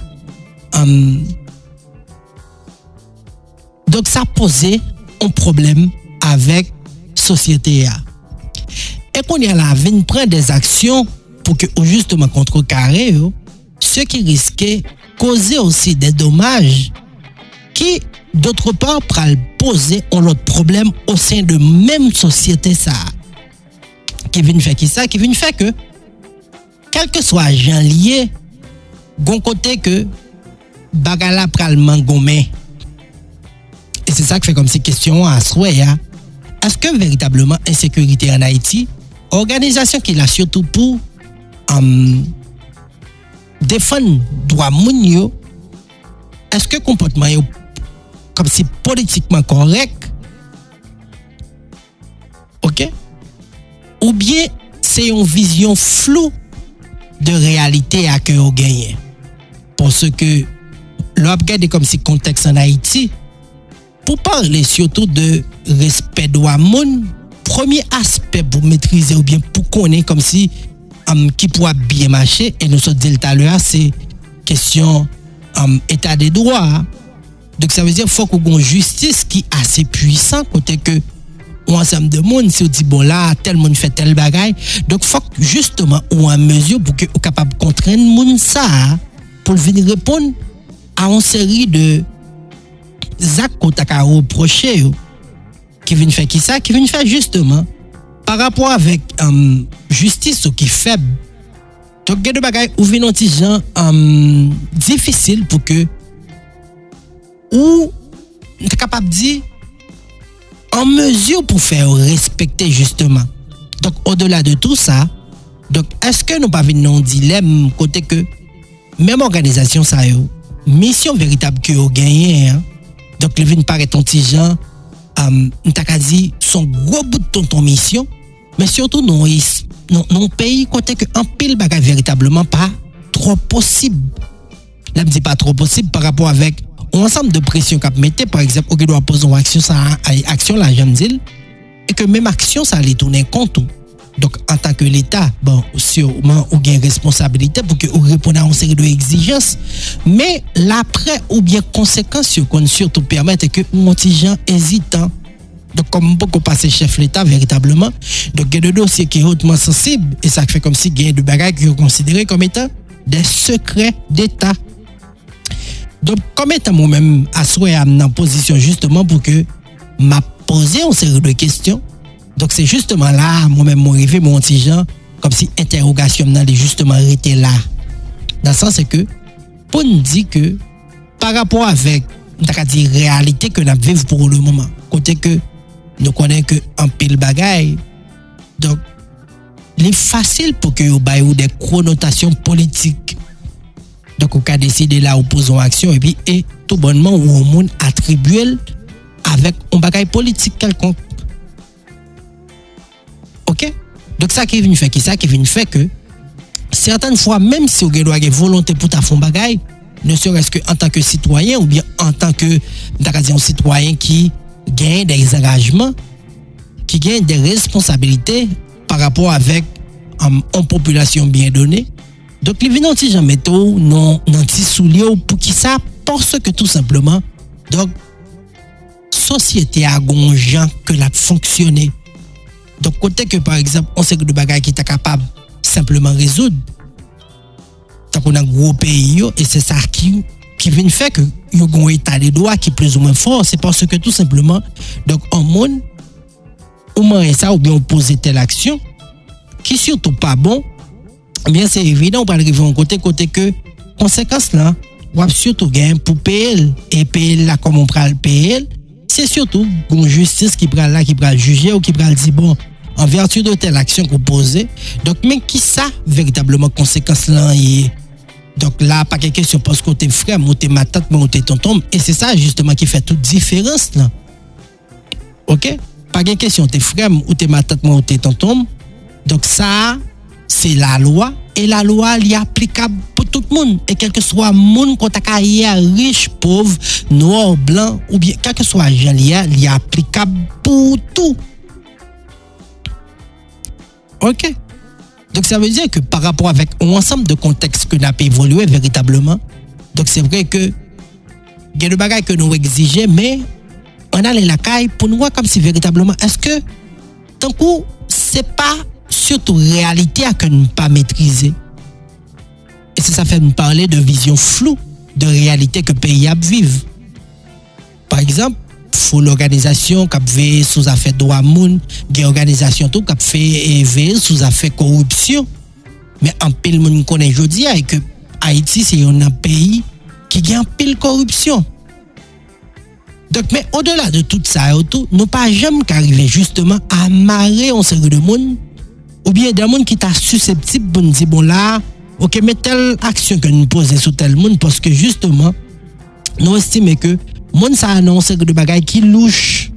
donc ça posait un problème avec société et qu'on y a la vinn prendre des actions pour que justement contrecarrer ce qui risquait causer aussi des dommages qui d'autre part pral poser un autre problème au sein de même société ça qui vient faire qui ça qui vient faire que quel que soit agent lié gon côté que bagala pral mangomé et c'est ça qui fait comme si question à souhait est-ce que véritablement insécurité en Haïti organisation qui l'a surtout pour défendre droit moun yo est-ce que comportement yo comme si politiquement correct OK ou bien c'est une vision floue de réalité à que vous gagnez parce que l'on regarde comme si contexte en Haïti pour parler surtout de respect droit moun premier aspect pour maîtriser ou bien pour connaître comme si qui pourra bien marcher et nous sommes dit tout à l'heure c'est question état des droits donc ça veut dire faut qu'on ait une justice qui est assez puissant côté que on ensemble de monde si on dit bon là tel monde fait tel bagaille donc faut justement ou en mesure pour que on capable contraindre monde ça pour venir répondre à une série de actes qu'on t'a reproché qui viennent faire qui ça qui viennent faire justement par rapport avec justice qui est faible donc il y a des bagailles ou viennent des gens difficile pour que ou est capable de dire en mesure pour faire respecter justement donc au-delà de tout ça donc est-ce que nous pas venir un dilemme côté que même organisation ça yo mission véritable que vous gagnez, hein. Donc, le vin paraît ton petit Jean, t'as dit, son gros bout de ton mission, mais surtout, non pays, côté que un pile bagage véritablement pas trop possible. Là, je dis pas trop possible par rapport avec un ensemble de pression qu'a mettez, par exemple, on doit poser une action, ça, action, là, j'aime dire, et que même action, ça allait tourner compte. Donc, en tant que l'État, bon, sûrement, ou bien responsabilité pour que vous répondiez à une série d'exigences. Mais l'après, ou bien conséquences, qu'on surtout permettre que mon petit gens hésitant. Donc, comme beaucoup passer chef l'État, véritablement. Donc, il y a des dossiers qui sont hautement sensibles. Et ça fait comme si il y a des bagages qui sont considérés comme étant des secrets d'État. Donc, comme étant moi-même assuré à en position justement pour que m'a posé une série de questions. Donc, c'est justement là, moi-même, mon arrivé, mon petit Jean, comme si interrogation n'allait justement arrêter là. Dans le sens que, pour nous dire que, par rapport avec, la réalité que nous vivons pour le moment, côté que nous connaissons qu'un pile bagaille, donc, il est facile pour que vous ayez des connotations politiques. Donc, on a décidé là, opposer une action, et puis, tout bonnement, où on monde attribué avec un bagaille politique quelconque. Ok? Donc, ça qui vient faire, que certaines fois, même si vous avez une volonté pour ta fond bagaille, ne serait-ce qu'en tant que citoyen ou bien en tant que citoyen qui gagne des engagements, qui gagne des responsabilités par rapport avec une population bien donnée. Donc, les venants de gens mettent non petit soulier pour qui ça, parce que tout simplement, donc, société a gon gens que l'a fonctionné. Donc, côté que, par exemple, on sait que de bagages qui est capable simplement résoudre, tant qu'on a un gros pays, et c'est ça qui vient faire que il y a un état de droit qui est plus ou moins fort, c'est parce que tout simplement, donc, en monde, ou moins ça, ou bien on pose telle action, qui surtout pas bon, eh bien, c'est évident, on va arriver en côté que, conséquence là, on va surtout gagner pour payer, et payer là comme on prend le payer, c'est surtout une justice qui prend là, qui prend juger ou qui prend dire bon, en vertu de telle action qu'on posait. Donc, mais qui ça, véritablement, conséquence là, donc là, pas quelque question parce que t'es frère, ou t'es ma tante, ou t'es tonton, et c'est ça, justement, qui fait toute différence là. Ok? Pas quelque question, t'es frère, ou t'es ma tante, ou t'es tonton. Donc, ça, c'est la loi, et la loi, elle est applicable pour tout le monde. Et quel que soit le monde, quand tu as riche, pauvre, noir, blanc, ou bien quel que soit le genre, il est applicable pour tout. Ok? Donc, ça veut dire que par rapport avec un ensemble de contextes que nous avons évolué véritablement, donc c'est vrai que il y a des bagages que nous exigeons, mais on a la caille pour nous voir comme si véritablement, est-ce que, tant coup, c'est pas surtout réalité à que nous ne pas maîtriser. Et ça fait nous parler de vision floue de réalité que le pays a vivre. Par exemple, faut l'organisation qui a fait sous affaire droit moun, des organisations tout qui a fait veiller sous affaire corruption. Mais en pile moun connaît aujourd'hui et que Haïti c'est un pays qui a en pile corruption. Donc mais au-delà de tout ça nous pas jamais qu'arriver justement à marrer en série de monde ou bien des monde qui t'a susceptible pour nous dire bon là OK mais telle action que nous poser sur tel monde parce que justement nous estimons que monde ça annonce de bagaille qui louche.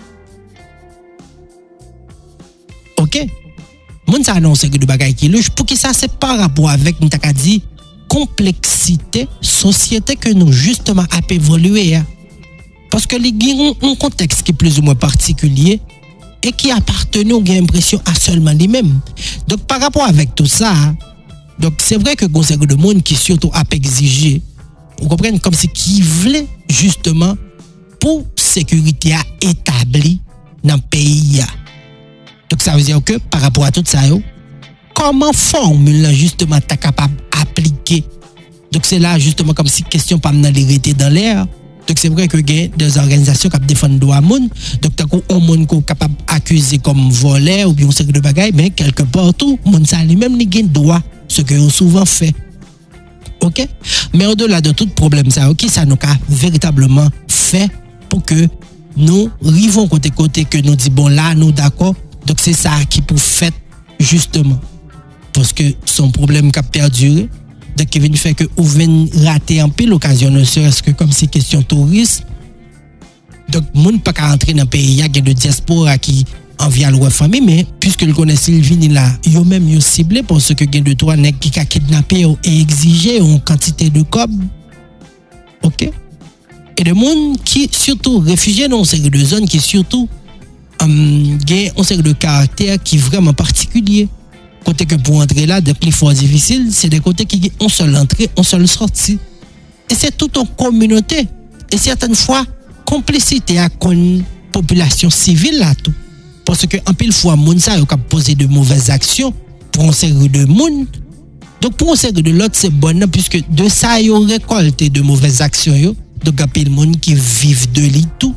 OK monde ça annonce de bagaille qui louche pour que ça c'est par rapport avec nous t'a dit complexité société que nous justement a évolué parce que les gens ont un contexte qui est plus ou moins particulier et qui appartenait ou gain impression à seulement lui-même. Donc par rapport avec tout ça, donc c'est vrai que conseil de monde qui surtout a exigé, vous comprenez comme si qui voulait justement pour sécurité établie dans le pays. Donc ça veut dire que par rapport à tout ça, comment formule justement tu es capable d'appliquer. Donc c'est là justement comme si question pas m'arrêter dans l'air. Donc c'est vrai que il y a des organisations qui défendent le droit monde. Donc t'as un monde qui est capable d'accuser comme voleur ou bien un série de bagailles, mais quelque part tout, monde ça lui-même il a droit, ce que souvent fait. OK? Mais au-delà de tout problème ça, OK, ça nous a véritablement fait pour que nous arrivons côté que nous disons bon là nous d'accord. Donc c'est ça qui pour fait justement parce que son problème qui a perduré. Donc, qui vient faire que ou vient rater un peu l'occasion, ne serait-ce que comme c'est question touriste. Donc, moun pas qu'à entrer dans le pays, il y a de diaspora qui envie à leur famille, mais puisque le connaît Sylvie là, yo même yo ciblé parce que gen de trois nèg qui a kidnappé et exigé une quantité de cob. OK? Et de monde qui surtout réfugiés dans une série de zones qui surtout une série de caractères qui vraiment particuliers. Côté que pour entrer là, des plus forts difficiles, c'est des côtés qui ont seule entrée, ont seule sortie. Et c'est toute une communauté. Et certaines fois, complicité à une population civile là tout. Parce que en pile fois, moun ça, yo cap poser de mauvaises actions pour une série de monde. Donc pour une série de l'autre, c'est bon puisque de ça, yo récolté de mauvaises actions yo. Donc il y a monde qui vivent de lit tout.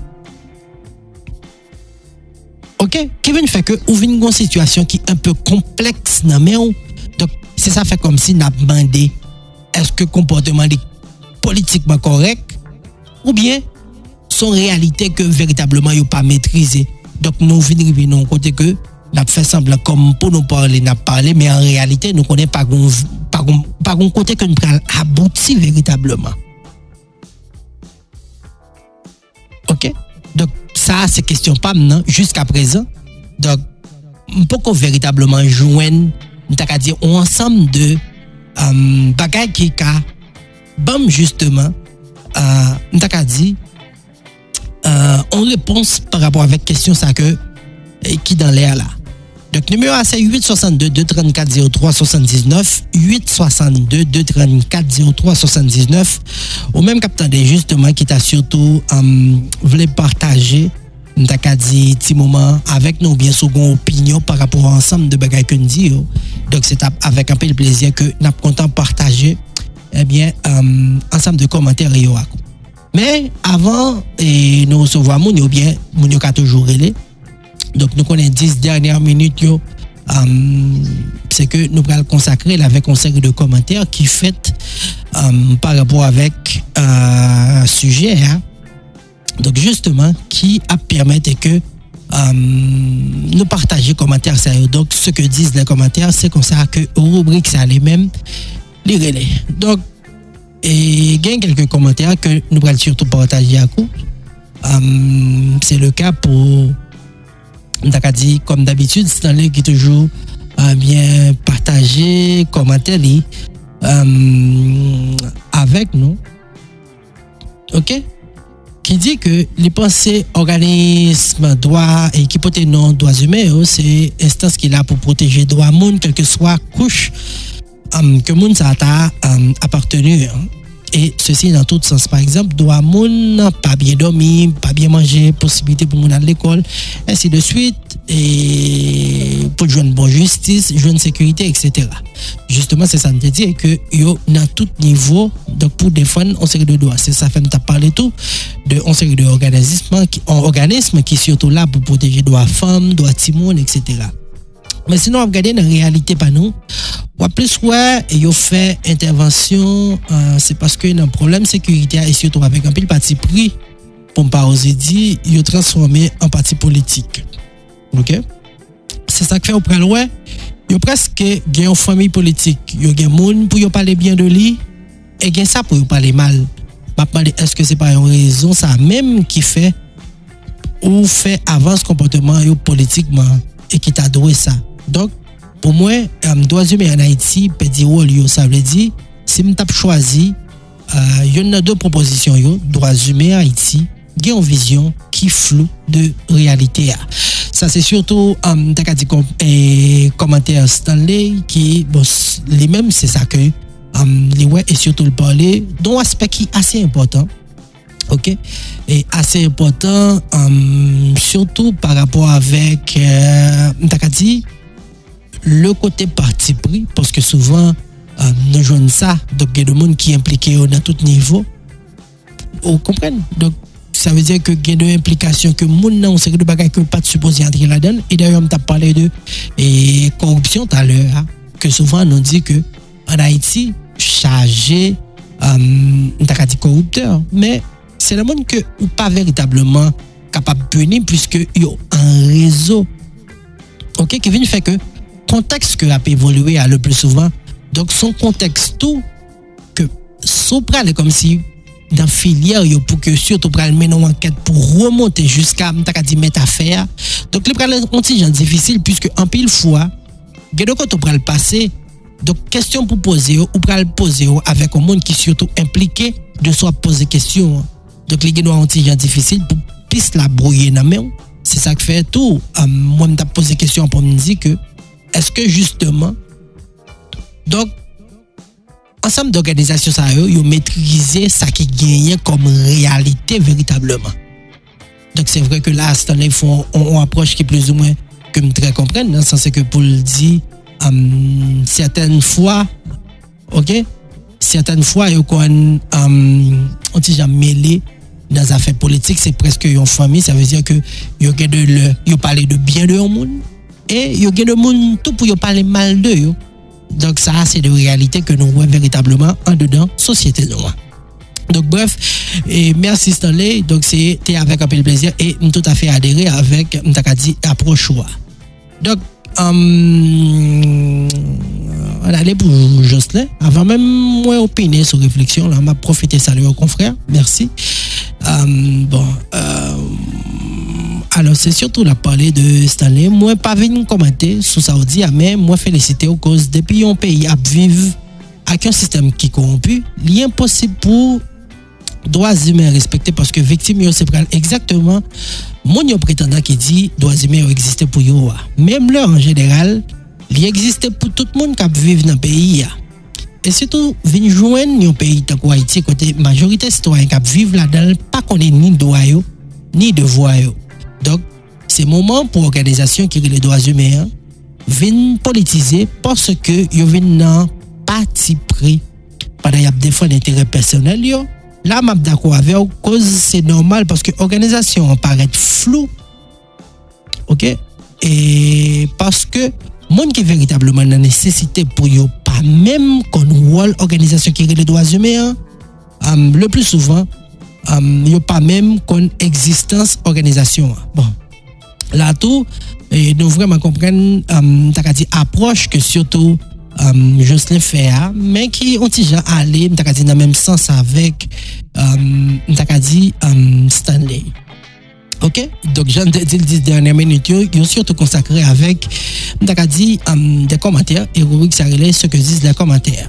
OK, qui vient faire que ou vient une situation qui est un peu complexe dans mais donc c'est ça fait comme si n'a demandé est-ce que comportement est politiquement correct ou bien son réalité que véritablement yo pas maîtrisé. Donc nous venons d'un côté que n'a fait semblant comme pour nous parler n'a parlé mais en réalité nous connaît pas un côté que nous pral abouti véritablement. OK, donc ça c'est question pas maintenant jusqu'à présent. Donc pourquoi véritablement joindre t'as dire un ensemble de bagages qui ka bam justement t'as dit en réponse par rapport avec question ça que qui dans l'air là. Donc numéro A c'est 862 234 03 79 862 234 03 79 ou même capitaine justement qui t'a surtout voulait partager t'as dit petit moment avec nous bien second opinion par rapport à ensemble de bagages que nous dit. Donc c'est avec un peu de plaisir que n'a content partager bien ensemble de commentaires yo. Mais avant et nous recevoir moun ou bien moun yo ka toujours relé. Donc nous connaissons 10 dernières minutes yo, c'est que nous allons consacrer avec une série de commentaires qui fait par rapport avec un sujet hein. Donc justement qui a permis que nous partager commentaires ça. Donc ce que disent les commentaires c'est comme ça que rubrique ça les mêmes les relais. Donc et il y a quelques commentaires que nous allons surtout partager à coup. C'est le cas pour dit comme d'habitude Stanley qui toujours bien partagé commentaire avec nous. OK, qui dit que les pensées organismes droits et qui portent non droits humains c'est instance qui est là pour protéger droits monde quelle que soit couche que monde ça a appartenu et ceci dans tout sens. Par exemple droit monde pas bien dormir, pas bien manger, possibilité pour monde aller à l'école ainsi de suite et pour joindre bonne justice, joindre sécurité etc. Justement c'est ça me dit que yo dans tout niveau donc pour défendre on série de droits. C'est ça fait nous t'a parlé tout de on série de organismes qui surtout là pour protéger droits femmes, droits timon etc. Mais sinon, on regarde dans la réalité, pas nous. Ou plus, ouais, et ils fait intervention, c'est parce que dans le problème sécurité, et surtout avec un peu de parti pris, pour ne pas oser dire, ils ont transformé en parti politique. OK? C'est ça que fait au pral, ouais. Ils ont presque une famille politique. Ils ont des gens pour parler bien de lui, et ils ont ça pour parler mal. Est-ce que c'est pas une raison, ça même, qui fait, ou fait avance comportement politiquement, et qui t'a doué ça? Donc, pour moi, droits humains en Haïti, petit rôle, ça veut dire, si je t'ai choisi, il y a deux propositions, droits humains en Haïti, il y a une vision qui floue de réalité. Ça, c'est surtout, t'as dit commentaire Stanley, qui, bon, les mêmes, c'est ça que, les ouais, et surtout le parler, d'un aspect qui est assez important. OK, et assez important surtout par rapport avec t'as dit le côté parti pris parce que souvent nous jouons ça donc il y a des gens qui sont impliqués dans tout niveau vous comprenez donc ça veut dire que il y a des implications que moun nan c'est de bagages que pas supposé entrer là-dedans et d'ailleurs on t'a parlé de et corruption tout à l'heure hein, que souvent on dit que en Haïti chargé t'as dit corrupteur mais c'est le monde que ou pas véritablement capable de punir puisque il y a un réseau OK qui vient fait que contexte que a évolué le plus souvent donc son contexte tout Sopral est comme si dans filière yo pour que surtout pral mener une enquête pour remonter jusqu'à m'ta dit mettre affaire. Donc les pral un petit genre difficile puisque en pile fois gè de côté pral passer. Donc question pour poser ou pral poser avec un monde qui surtout impliqué de soit poser question. Donc les gè doit un petit genre difficile pour piste la brouiller dans main. C'est ça que fait tout. Moi m'ta poser question pour me dire que est-ce que justement donc ensemble d'organisations ça yo maîtriser ça qui gagne comme réalité véritablement. Donc c'est vrai que là ils font on approche qui plus ou moins que me très comprendre dans le sens que pour le dire certaines fois yo qu'on on dit jamais mêlé dans affaires politiques, c'est presque une famille, ça veut dire que yo parler de bien de monde et yo gen de monde tout pour yo parler mal de yo. Donc ça, c'est de réalité que nous voyons véritablement en dedans société noire. Donc bref, et merci Stanley. Donc c'était avec un peu de plaisir et tout à fait adhéré avec m'takadi approche. Donc on allait pour Jocelyn. Avant même moi opiner sur réflexion, là m'a profité saluer aux confrères. Merci. Alors c'est surtout la parler de Stanley. Moi pas venir commenter sur Saoudi, mais moi féliciter aux causes depuis un pays à vivre avec un système qui corrompu, l'impossible pour droits humains respectés parce que victime c'est exactement mon prétendant qui dit droits humains existent pour yo. Même là en général, il existe pour tout le monde qui vit dans le pays. Et surtout venir joindre un pays comme Haïti côté majorité citoyens qui vivent là-dedans pas connaît ni droit ni devoir. Donc, c'est moment pour l'organisation qui les droits humains viennent politiser parce que ils viennent dans parti pris pendant y a défendre l'intérêt personnel yo. Là, m'a d'accord avec cause c'est normal parce que l'organisation paraît floue. OK? Et parce que monde qui est véritablement dans nécessité pour yo pas même qu'on rôle organisation qui les droits humains le plus souvent yo pas même qu'on existence organisation. Bon là tout et nous vraiment comprendre t'as dit approche que surtout Jocelyn fait mais qui ont déjà allé t'as dit dans même sens avec t'as dit Stanley. OK, donc j'en dit les 10 dernières minutes yo surtout consacré avec t'as dit des commentaires et rubrique ça relève ce que disent les commentaires.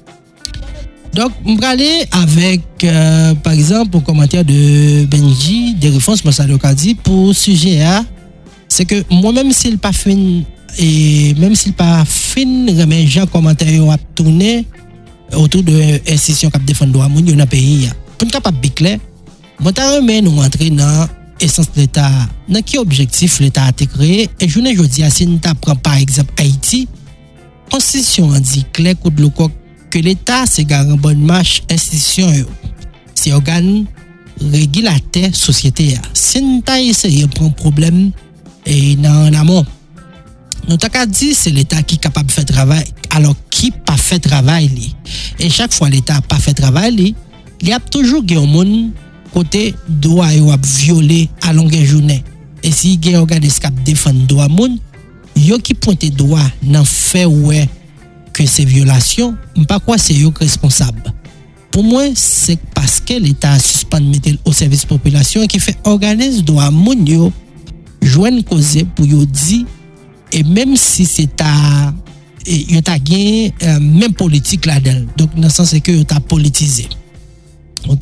Donc, on va aller avec, par exemple, au commentaire de Benji, des réponses, moi, ça l'a dit, pour sujet A, c'est que moi-même, s'il pas fin, et même s'il pas fin, mais j'ai un commentaire à tourner autour de l'institution qui défend le droit dans le pays. Pour ne pas être clair, moi, je nous entrer dans l'essence de l'État, dans quel objectif l'État a été créé, et je ne dis pas, si nous prenons par exemple Haïti, la Constitution a dit clair, coup de l'eau, que l'État c'est garant bonne marche institution c'est organe régulateur société si nous ta essayer prendre problème et dans l'amont nous t'a dit c'est l'État qui capable faire travail alors qui pas fait travail li et chaque fois l'État pas fait travail il y a toujours un monde côté droit yo a violé à longueur journée et si gen organisme qui défend droit monde yo qui pointe droit dans fait ouais que ces violations, pas quoi c'est eux responsables. Pour moi, c'est parce que l'État a suspendu mettre au service population et qui fait organiser droit moun yo joindre cause pour yo dire et même si c'est à yo ta gain même politique là-dedans. Donc dans le sens que yo ta politisé. OK?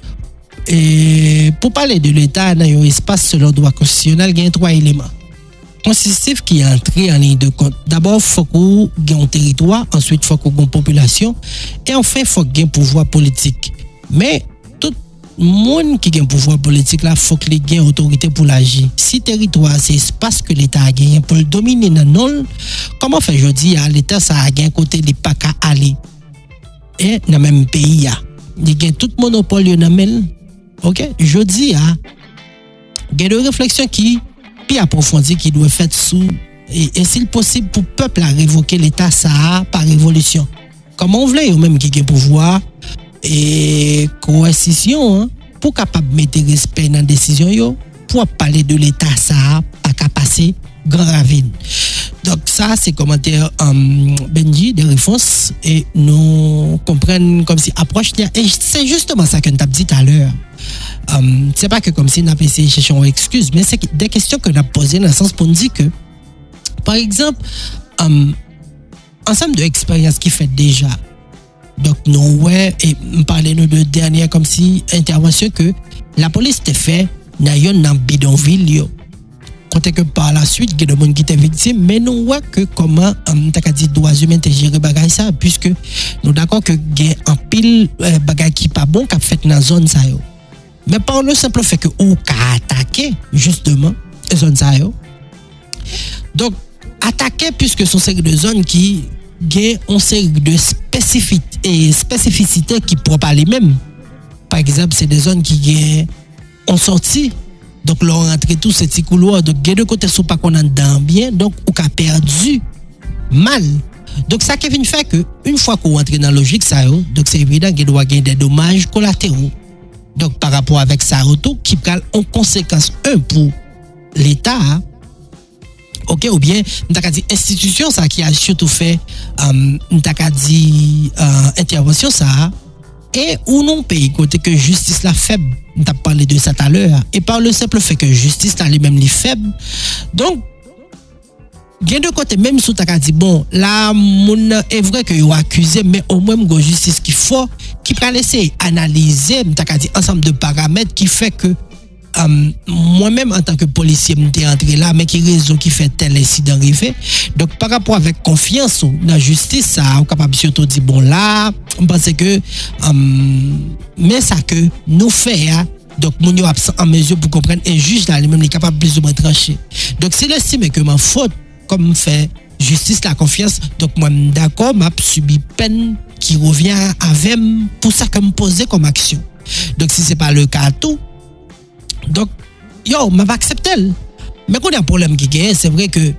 Et pour parler de l'État dans un espace selon droit constitutionnel, il y a 3 éléments. Constitutif qui est entré en ligne de compte. D'abord, il faut qu'on ait un territoire, ensuite, il faut qu'on ait une population, et enfin, il faut qu'on ait un pouvoir politique. Mais, tout le monde qui a un pouvoir politique, là, il faut qu'il ait une autorité pour l'agir. Si le territoire, c'est l'espace que l'État a gagné pour le dominer dans non, comment faire aujourd'hui, l'État, ça a gagné côté des pas qu'à aller. Et dans le même pays, il y a tout le monopole dans le même. OK? Je dis, il y a des réflexions qui puis approfondi qui doit faire sous et s'il possible pour peuple à révoquer l'état ça par révolution comment on voulait eux même qui ont pouvoir et coercition pour capable mettre respect dans décision yo pour parler de l'état ça pas qu'à passer grand ravine donc ça, c'est commentaire Benji de réponse et nous comprenons comme si approche. Et c'est justement ça que nous avons dit tout à l'heure. C'est pas que comme si nous avons essayé de chercher une excuse, mais c'est des questions que nous avons posées dans le sens pour nous dire que, par exemple, ensemble d'expériences qui fait déjà. Donc, nous, ouais, et nous parlons de dernière comme si intervention que la police te fait dans bidonville. Côté que par la suite, il y a des gens qui étaient victimes, mais nous voyons que comment t'as dit droits humains te gérer bagay ça, puisque nous d'accord que il y a un pile bagay qui pas bon qu'a fait dans la zone ça yo. Mais par le simple fait que ou qu'a attaqué justement zone ça yo. Donc attaquer puisque sont série de zones qui gagne une série de spécificités qui propres à lui-même. Par exemple, c'est des zones qui ont sorti. Donc, là, on rentre tous ces petits couloirs. Donc, il y a deux côtés, pas qu'on a dedans bien. Donc, on a perdu mal. Donc, ça qui vient faire que, une fois qu'on rentre dans la logique, ça, donc c'est évident qu'il doit gagner des dommages collatéraux. Donc, par rapport avec ça, qui prend en conséquence, pour l'État, ok, ou bien, nous avons dit institution, ça qui a surtout fait, nous avons dit intervention, ça, et ou non pays, côté que justice la faible, nous avons parlé de ça tout à l'heure, et par le simple fait que justice là lui-même les faible, donc, il y a deux côtés, même si tu as dit, bon, là, est vrai que vous accusé, mais au moins, il y a justice qu'il faut, qui peut laisser analyser, tu as dit, ensemble de paramètres qui fait que, moi-même en tant que policier m'étais entré là mais qui raison qui fait tel incident arrivé donc par rapport avec confiance dans la justice ça on capable surtout dire bon là on pense que mais ça que nous fait donc mon yo absent en mesure pour comprendre un juge là lui-même est capable plus ou moins trancher donc s'il estime que ma faute comme fait justice la confiance donc moi d'accord m'a subi peine qui revient avec pour ça que me poser comme action donc si c'est pas le cas tout donc, yo, m'a pas accepté. Mais quand il y a un problème qui gagne, c'est vrai que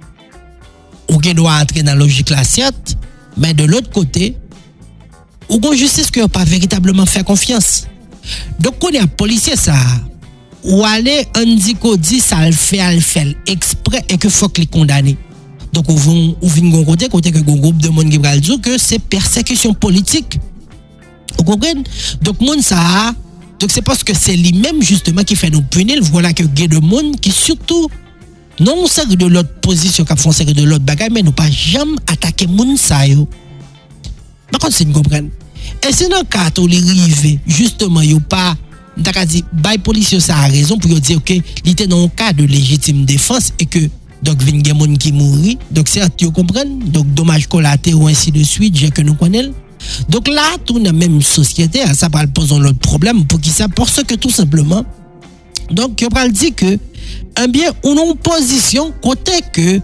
on doit entrer dans la logique là, certes, mais de l'autre côté, on a justice qui n'a pas véritablement fait confiance. Donc, quand il y a un policier, ça, ou aller, on dit qu'on dit ça le fait exprès et que faut que les condamner. Donc, on vient côté que un groupe de monde qui va dire que c'est persécution politique. Vous comprenez? Donc, monde ça donc c'est parce que c'est lui-même justement qui fait nous punir. Voilà que il y a de monde qui surtout non c'est de l'autre position qui font de l'autre bagaille mais nous pas jamais attaquer monde ça yo. Par contre c'est nous comprendre. Et c'est dans le cas où les rivé justement yo pas t'as dit bail policier ça a raison pour dire OK, il était dans un cas de légitime défense et que donc vinn gen monde qui mourit. Donc c'est tu comprendre. Donc dommages collatéraux ainsi de suite, j'ai que nous connaissons. Donc là, tout la même société, ça va poser l'autre problème pour qui ça parce que tout simplement donc on va dire que un bien ou non position côté que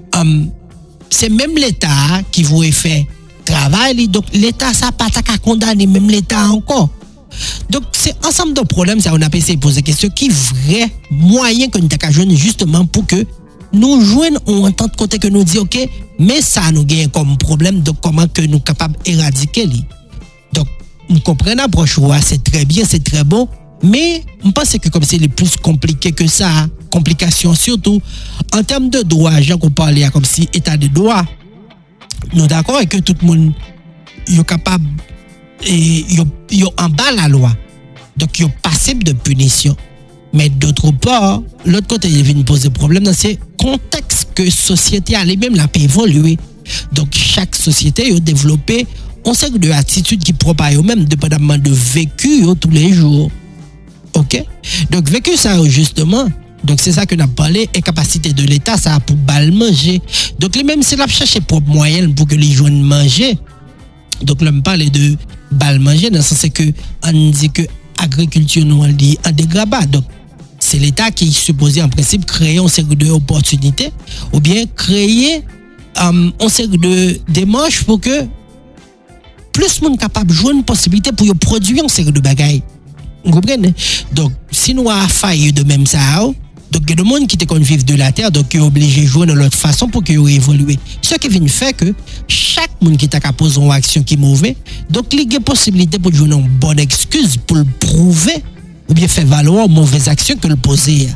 c'est même l'État qui vous fait travail donc l'État ça pas qu'à condamner même l'État encore. Donc c'est ensemble de problèmes ça on a essayé de poser question qui vrai moyen que nous t'a joindre justement pour que nous joignons en tant que côté que nous dit OK mais ça nous gagne comme problème donc comment que nous capables éradiquer lui. Donc nous comprenons l'approche c'est très bien c'est très bon mais on pense que comme c'est plus compliqué que ça complication surtout en termes de droit gens qu'on parlait comme si état de droit nous d'accord et que tout le monde est capable et yo en bas la loi donc yo passible de punition. Mais d'autre part, l'autre côté, il vient poser problème dans ces contextes que société a elle-même la peut évoluer. Donc, chaque société a développé un certain de attitudes qui propre à eux-mêmes, dépendamment de vécu tous les jours. OK? Donc, vécu ça, justement, donc c'est ça que nous avons parlé, et capacité de l'État, ça a pour balle manger. Donc, les mêmes, c'est là chercher propre moyen pour que les jeunes mangent. Donc, là, on parle de balle manger, dans le sens que on dit que agriculture, nous, on dit en dégrabat. Donc, c'est l'État qui est supposé en principe créer un cercle d'opportunités ou bien créer un cercle de démarches pour que plus de monde capable de jouer une possibilité pour produire un cercle de bagailles. Vous comprenez? Donc, si nous avons failli de même ça, donc il y a des gens qui te vivent de la terre, donc ils sont obligés de jouer de l'autre façon pour qu'ils évoluent. Ce qui vient faire que chaque monde qui t'a posé une action qui est mauvaise, donc il y a possibilité pour jouer une bonne excuse pour le prouver ou bien faire valoir une mauvaise action que le poser.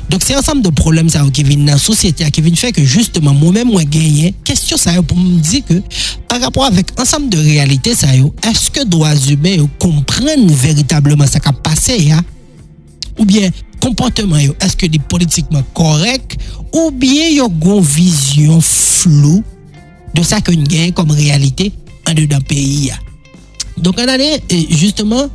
Donc c'est ensemble de problèmes ça qui viennent dans la société qui viennent faire que justement moi-même moi gagner question ça pour me dire que par rapport avec ensemble de réalités ça est-ce que droits humains comprennent véritablement ça qui a passé ou bien comportement est-ce que est politiquement correct ou bien il y a une vision floue de ça que nous gagne comme réalité en dedans pays. Donc on allait justement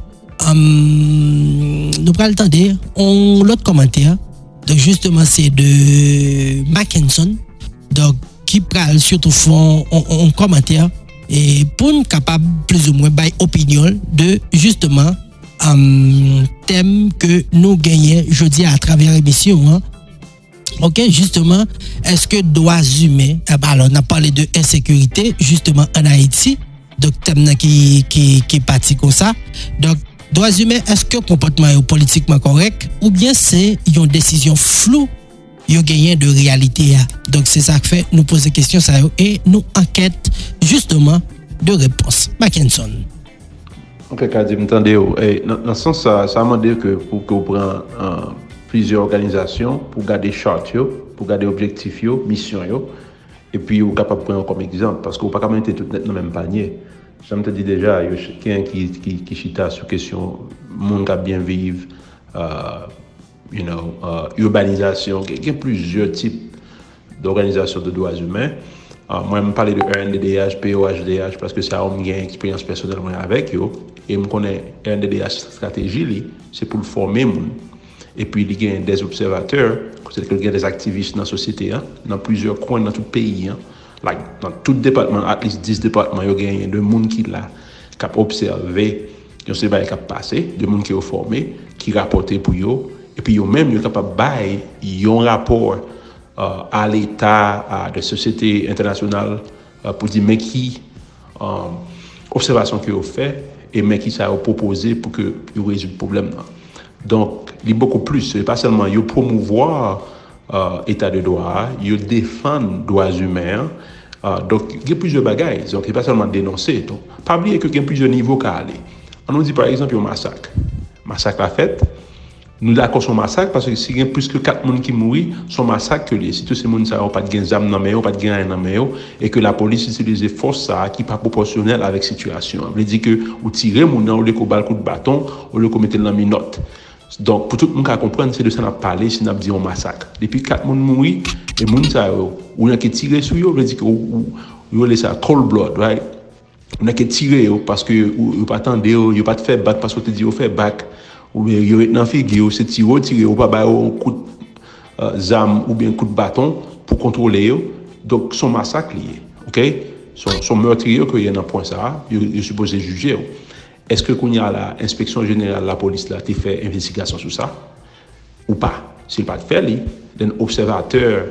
nous prenons le temps de l'autre commentaire. Donc justement c'est de Mackinson donc qui parle surtout font un commentaire et pour nous capable plus ou moins by opinion de justement thème que nous gagnons jeudi à travers l'émission. Ok, justement, est-ce que droits humains, alors on a parlé de insécurité justement en Haïti, donc thème qui est parti comme ça. Donc droits humains, est-ce que le comportement est politiquement correct ou bien c'est une décision floue, il y a de réalité. Donc c'est ça que fait nous poser question ça et nous enquête justement de réponse. Mackinson. Ok, Kadi, m'entendez dans le sens ça m'a dit que pour que vous preniez plusieurs organisations pour garder charte, pour garder objectif, mission, et puis vous capable de prendre comme exemple parce que vous pas capable mettre tout dans le même panier. Je me dis déjà, il y a quelqu'un qui chita sur question monde qui bien vivre, urbanisation, il y a plusieurs types d'organisations de droits humains. Moi, je me parle de RNDDH, POHDH parce que ça a une expérience personnellement avec eux. Et je connais RNDDH stratégie, c'est pour former les gens. Et puis, il y a des observateurs, c'est-à-dire qu'il y a des activistes dans la société, dans plusieurs coins, dans tout le pays. Dans tout département, à least 10 départements, il y a des gens qui ont observé, qui ont passé, des gens qui ont formé, qui rapportent pour eux. Et puis, eux-mêmes, ils sont capables de faire un rapport à l'État, à des sociétés internationales, pour dire, mais qui observation qu'ils ont fait, et mais qui ça a proposé pour que ils résolvent le problème. Donc, il y a beaucoup plus. Ce n'est pas seulement ils promouvoir l'état de droit, ils défendent les droits humains. Donc, il y a plusieurs bagages. Donc, il n'y a pas seulement dénoncer. Donc, pas oublier qu'il y a plusieurs niveaux à aller. On nous dit par exemple, il y a un massacre. Massacre à fait. Nous d'accord sur massacre parce que s'il y a plus que 4 personnes qui mourent, son massacre que si tous ces gens n'ont pas de gain d'armes dans main, pas de gain dans main, et que la police utilise force ça qui pas proportionnelle avec la situation. Ça veut dire que vous tirez mon au lieu qu'on balle coup de bâton, au lieu qu'on mette dans minote. Donc pour tout le monde qui comprendre c'est de ça n'a parlé si n'a dit un massacre. Depuis 4 personnes mourent et moun ça ou y a qui tiré sur eux, veut dire que vous laissez ça cold blood, right? On a qui tiré parce que vous pas attendez, vous pas fait back parce que tu dit vous fait back. Ou bien il y a dans figure c'est tirer ou pas ba un coup de zam ou bien un coup de bâton pour contrôler donc son massacre lié OK son meurtrier que il y a dans point ça il supposé juger est-ce que qu'on y a la inspection générale la police là qui fait investigation sur ça ou pas s'il pas fait lui un observateur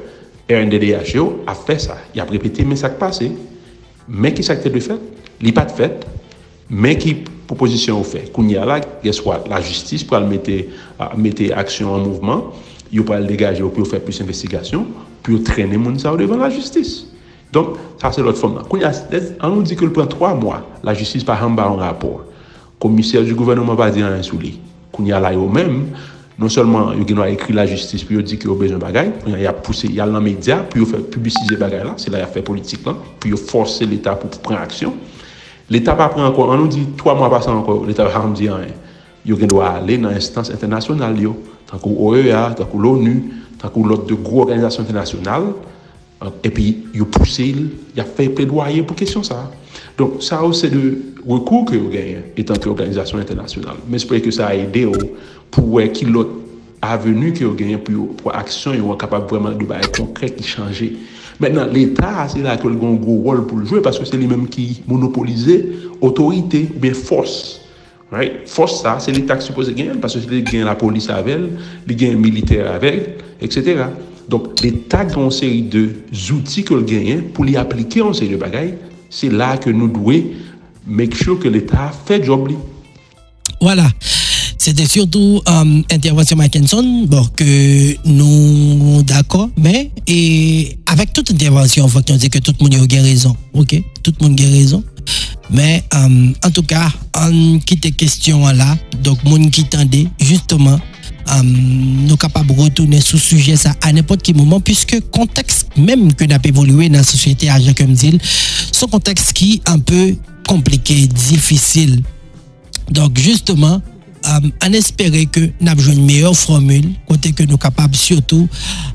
RNDDH a fait ça il a répété mais ça qui passé mais qui ça qui de fait il pas de fait mais qui proposition au fait qu'on y a là soit la justice pour mettre action en mouvement il peut le dégager pour faire plus d'investigation pour traîner moun ça devant la justice donc ça c'est l'autre forme on nous dit que le prend 3 mois la justice par en bas un rapport commissaire du gouvernement pas dire rien sur lui qu'on y a là eux même non seulement il a écrit la justice puis il dit qu'il a besoin de bagaille il a poussé il y a dans les médias puis il fait publiciser bagaille là c'est là il a fait politique là puis il forcer l'état pour prendre action. L'État pas prend encore, on nous dit 3 mois passent encore, l'État va me dire rien. Il doit aller dans l'instance internationale, tant que l'OEA, tant que l'ONU, tant que l'autre de grosses organisations internationales, et puis il pousse, il a fait plaidoyer pour question ça. Donc ça c'est le recours que vous gagnez étant qu'organisation internationale. Mais j'espère que ça a aidé pour qu'il l'autre avenue que vous gagnez pour action et vous êtes capable vraiment de faire concret qui changer. Maintenant, l'État, c'est là qu'il a un gros rôle pour le jouer parce que c'est lui-même qui monopolise autorité ou bien force. Right? Force, ça, c'est l'État qui suppose gagner parce que c'est gagne la police avec elle, il gagne le militaire avec, etc. Donc, l'État a une série d'outils qu'il gagne pour les appliquer en série de bagailles. C'est là que nous devons make sure que l'État fait le job. Voilà. C'était surtout intervention Mackinson, bon, que nous d'accord, mais et avec toute intervention, il faut qu'on dise que tout le monde a raison, ok? Tout le monde a raison. Mais en tout cas, on quitte question là, donc monde qui tendait justement nous capables de retourner sur ce sujet ça à n'importe quel moment, puisque contexte même que n'a pas évolué dans la société à Jacques Mdil, c'est un contexte qui est un peu compliqué, difficile. Donc justement, on espérait que nous avons une meilleure formule, côté que nous sommes capables surtout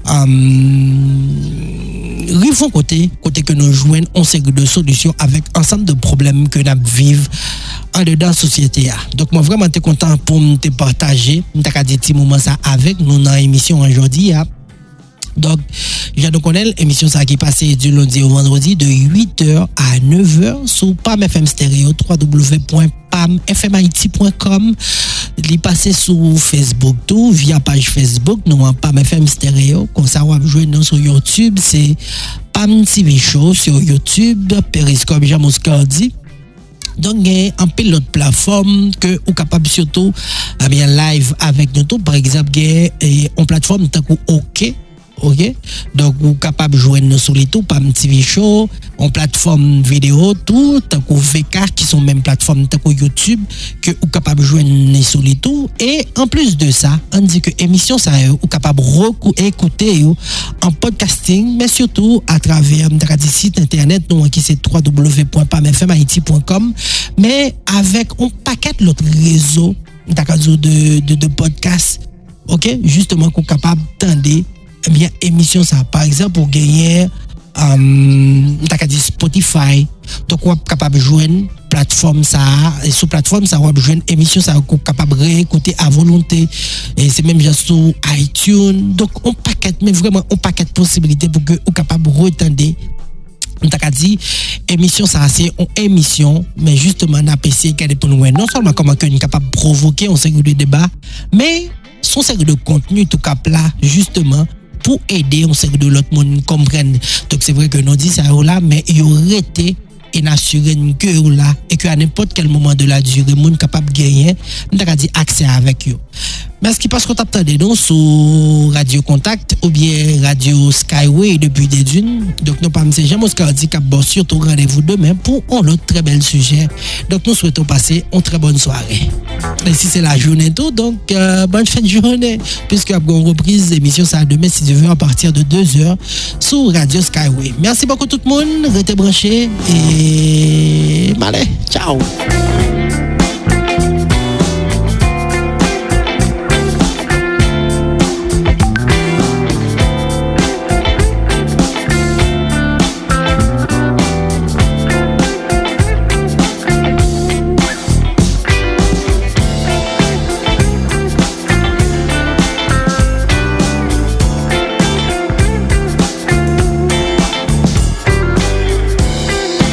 côté que nous jouons on série de solutions avec ensemble de problèmes que nous vivons en dedans la société. Donc moi vraiment très content pour te partager, t'as dit petit moment ça avec nous dans l'émission aujourd'hui. Donc, je nous connais l'émission ça qui passe du lundi au vendredi de 8h à 9h sur PAM FM Stereo, www.pamfmhaiti.com. Il passe sur Facebook tout, via page Facebook, nous en PAM FM Stereo. Comme ça, on va jouer nous sur YouTube, c'est PAM TV Show sur YouTube, Periscope, Jamoscardi. Donc, il y a un pilote plateforme que vous capable surtout bien live avec nous tout. Par exemple, il y a une plateforme tant que OK. OK, donc vous capable joindre nous sur les tout PAM TV Show, en plateforme vidéo tout tant que VK qui sont même plateforme tant que YouTube que vous capable joindre nous sur les tout. Et en plus de ça, on dit que émission ça vous capable écouter en podcasting, mais surtout à travers notre site internet nous qui c'est www.pamfmhaiti.com, mais avec un paquet d'autres réseaux de podcasts. OK, justement qu'on capable tendre bien émission ça par exemple pour gagner Spotify, donc on est capable de joindre plateforme ça et sur plateforme ça on va joindre émission ça on est capable de réécouter à volonté et c'est même juste sur iTunes, donc on paquet mais vraiment on paquet de possibilités pour que on capable de retendre. On t'a dit émission ça c'est une émission mais justement on a essayé pour nous non seulement comment que nous capable de provoquer un série de débats mais son série de contenu tout cap là justement pour aider on série de l'autre monde comprendre. Donc c'est vrai que nous dit ça là mais il aurait été et n'assurer que là et que à n'importe quel moment de la durée monde capable de gagner on t'a dit accès avec eux. Mais ce qui passe qu'on t'attendait donc sur Radio Contact ou bien Radio Skyway depuis des dunes. Donc nous pas monsieur Jamoscardi qui a surtout rendez-vous demain pour un autre très bel sujet. Donc nous souhaitons passer une très bonne soirée. Et si c'est la journée tout, donc bonne fin de journée puisque après une reprise d'émission ça demain si tu veux à partir de 2h sur Radio Skyway. Merci beaucoup tout le monde, restez branchés et allez, ciao.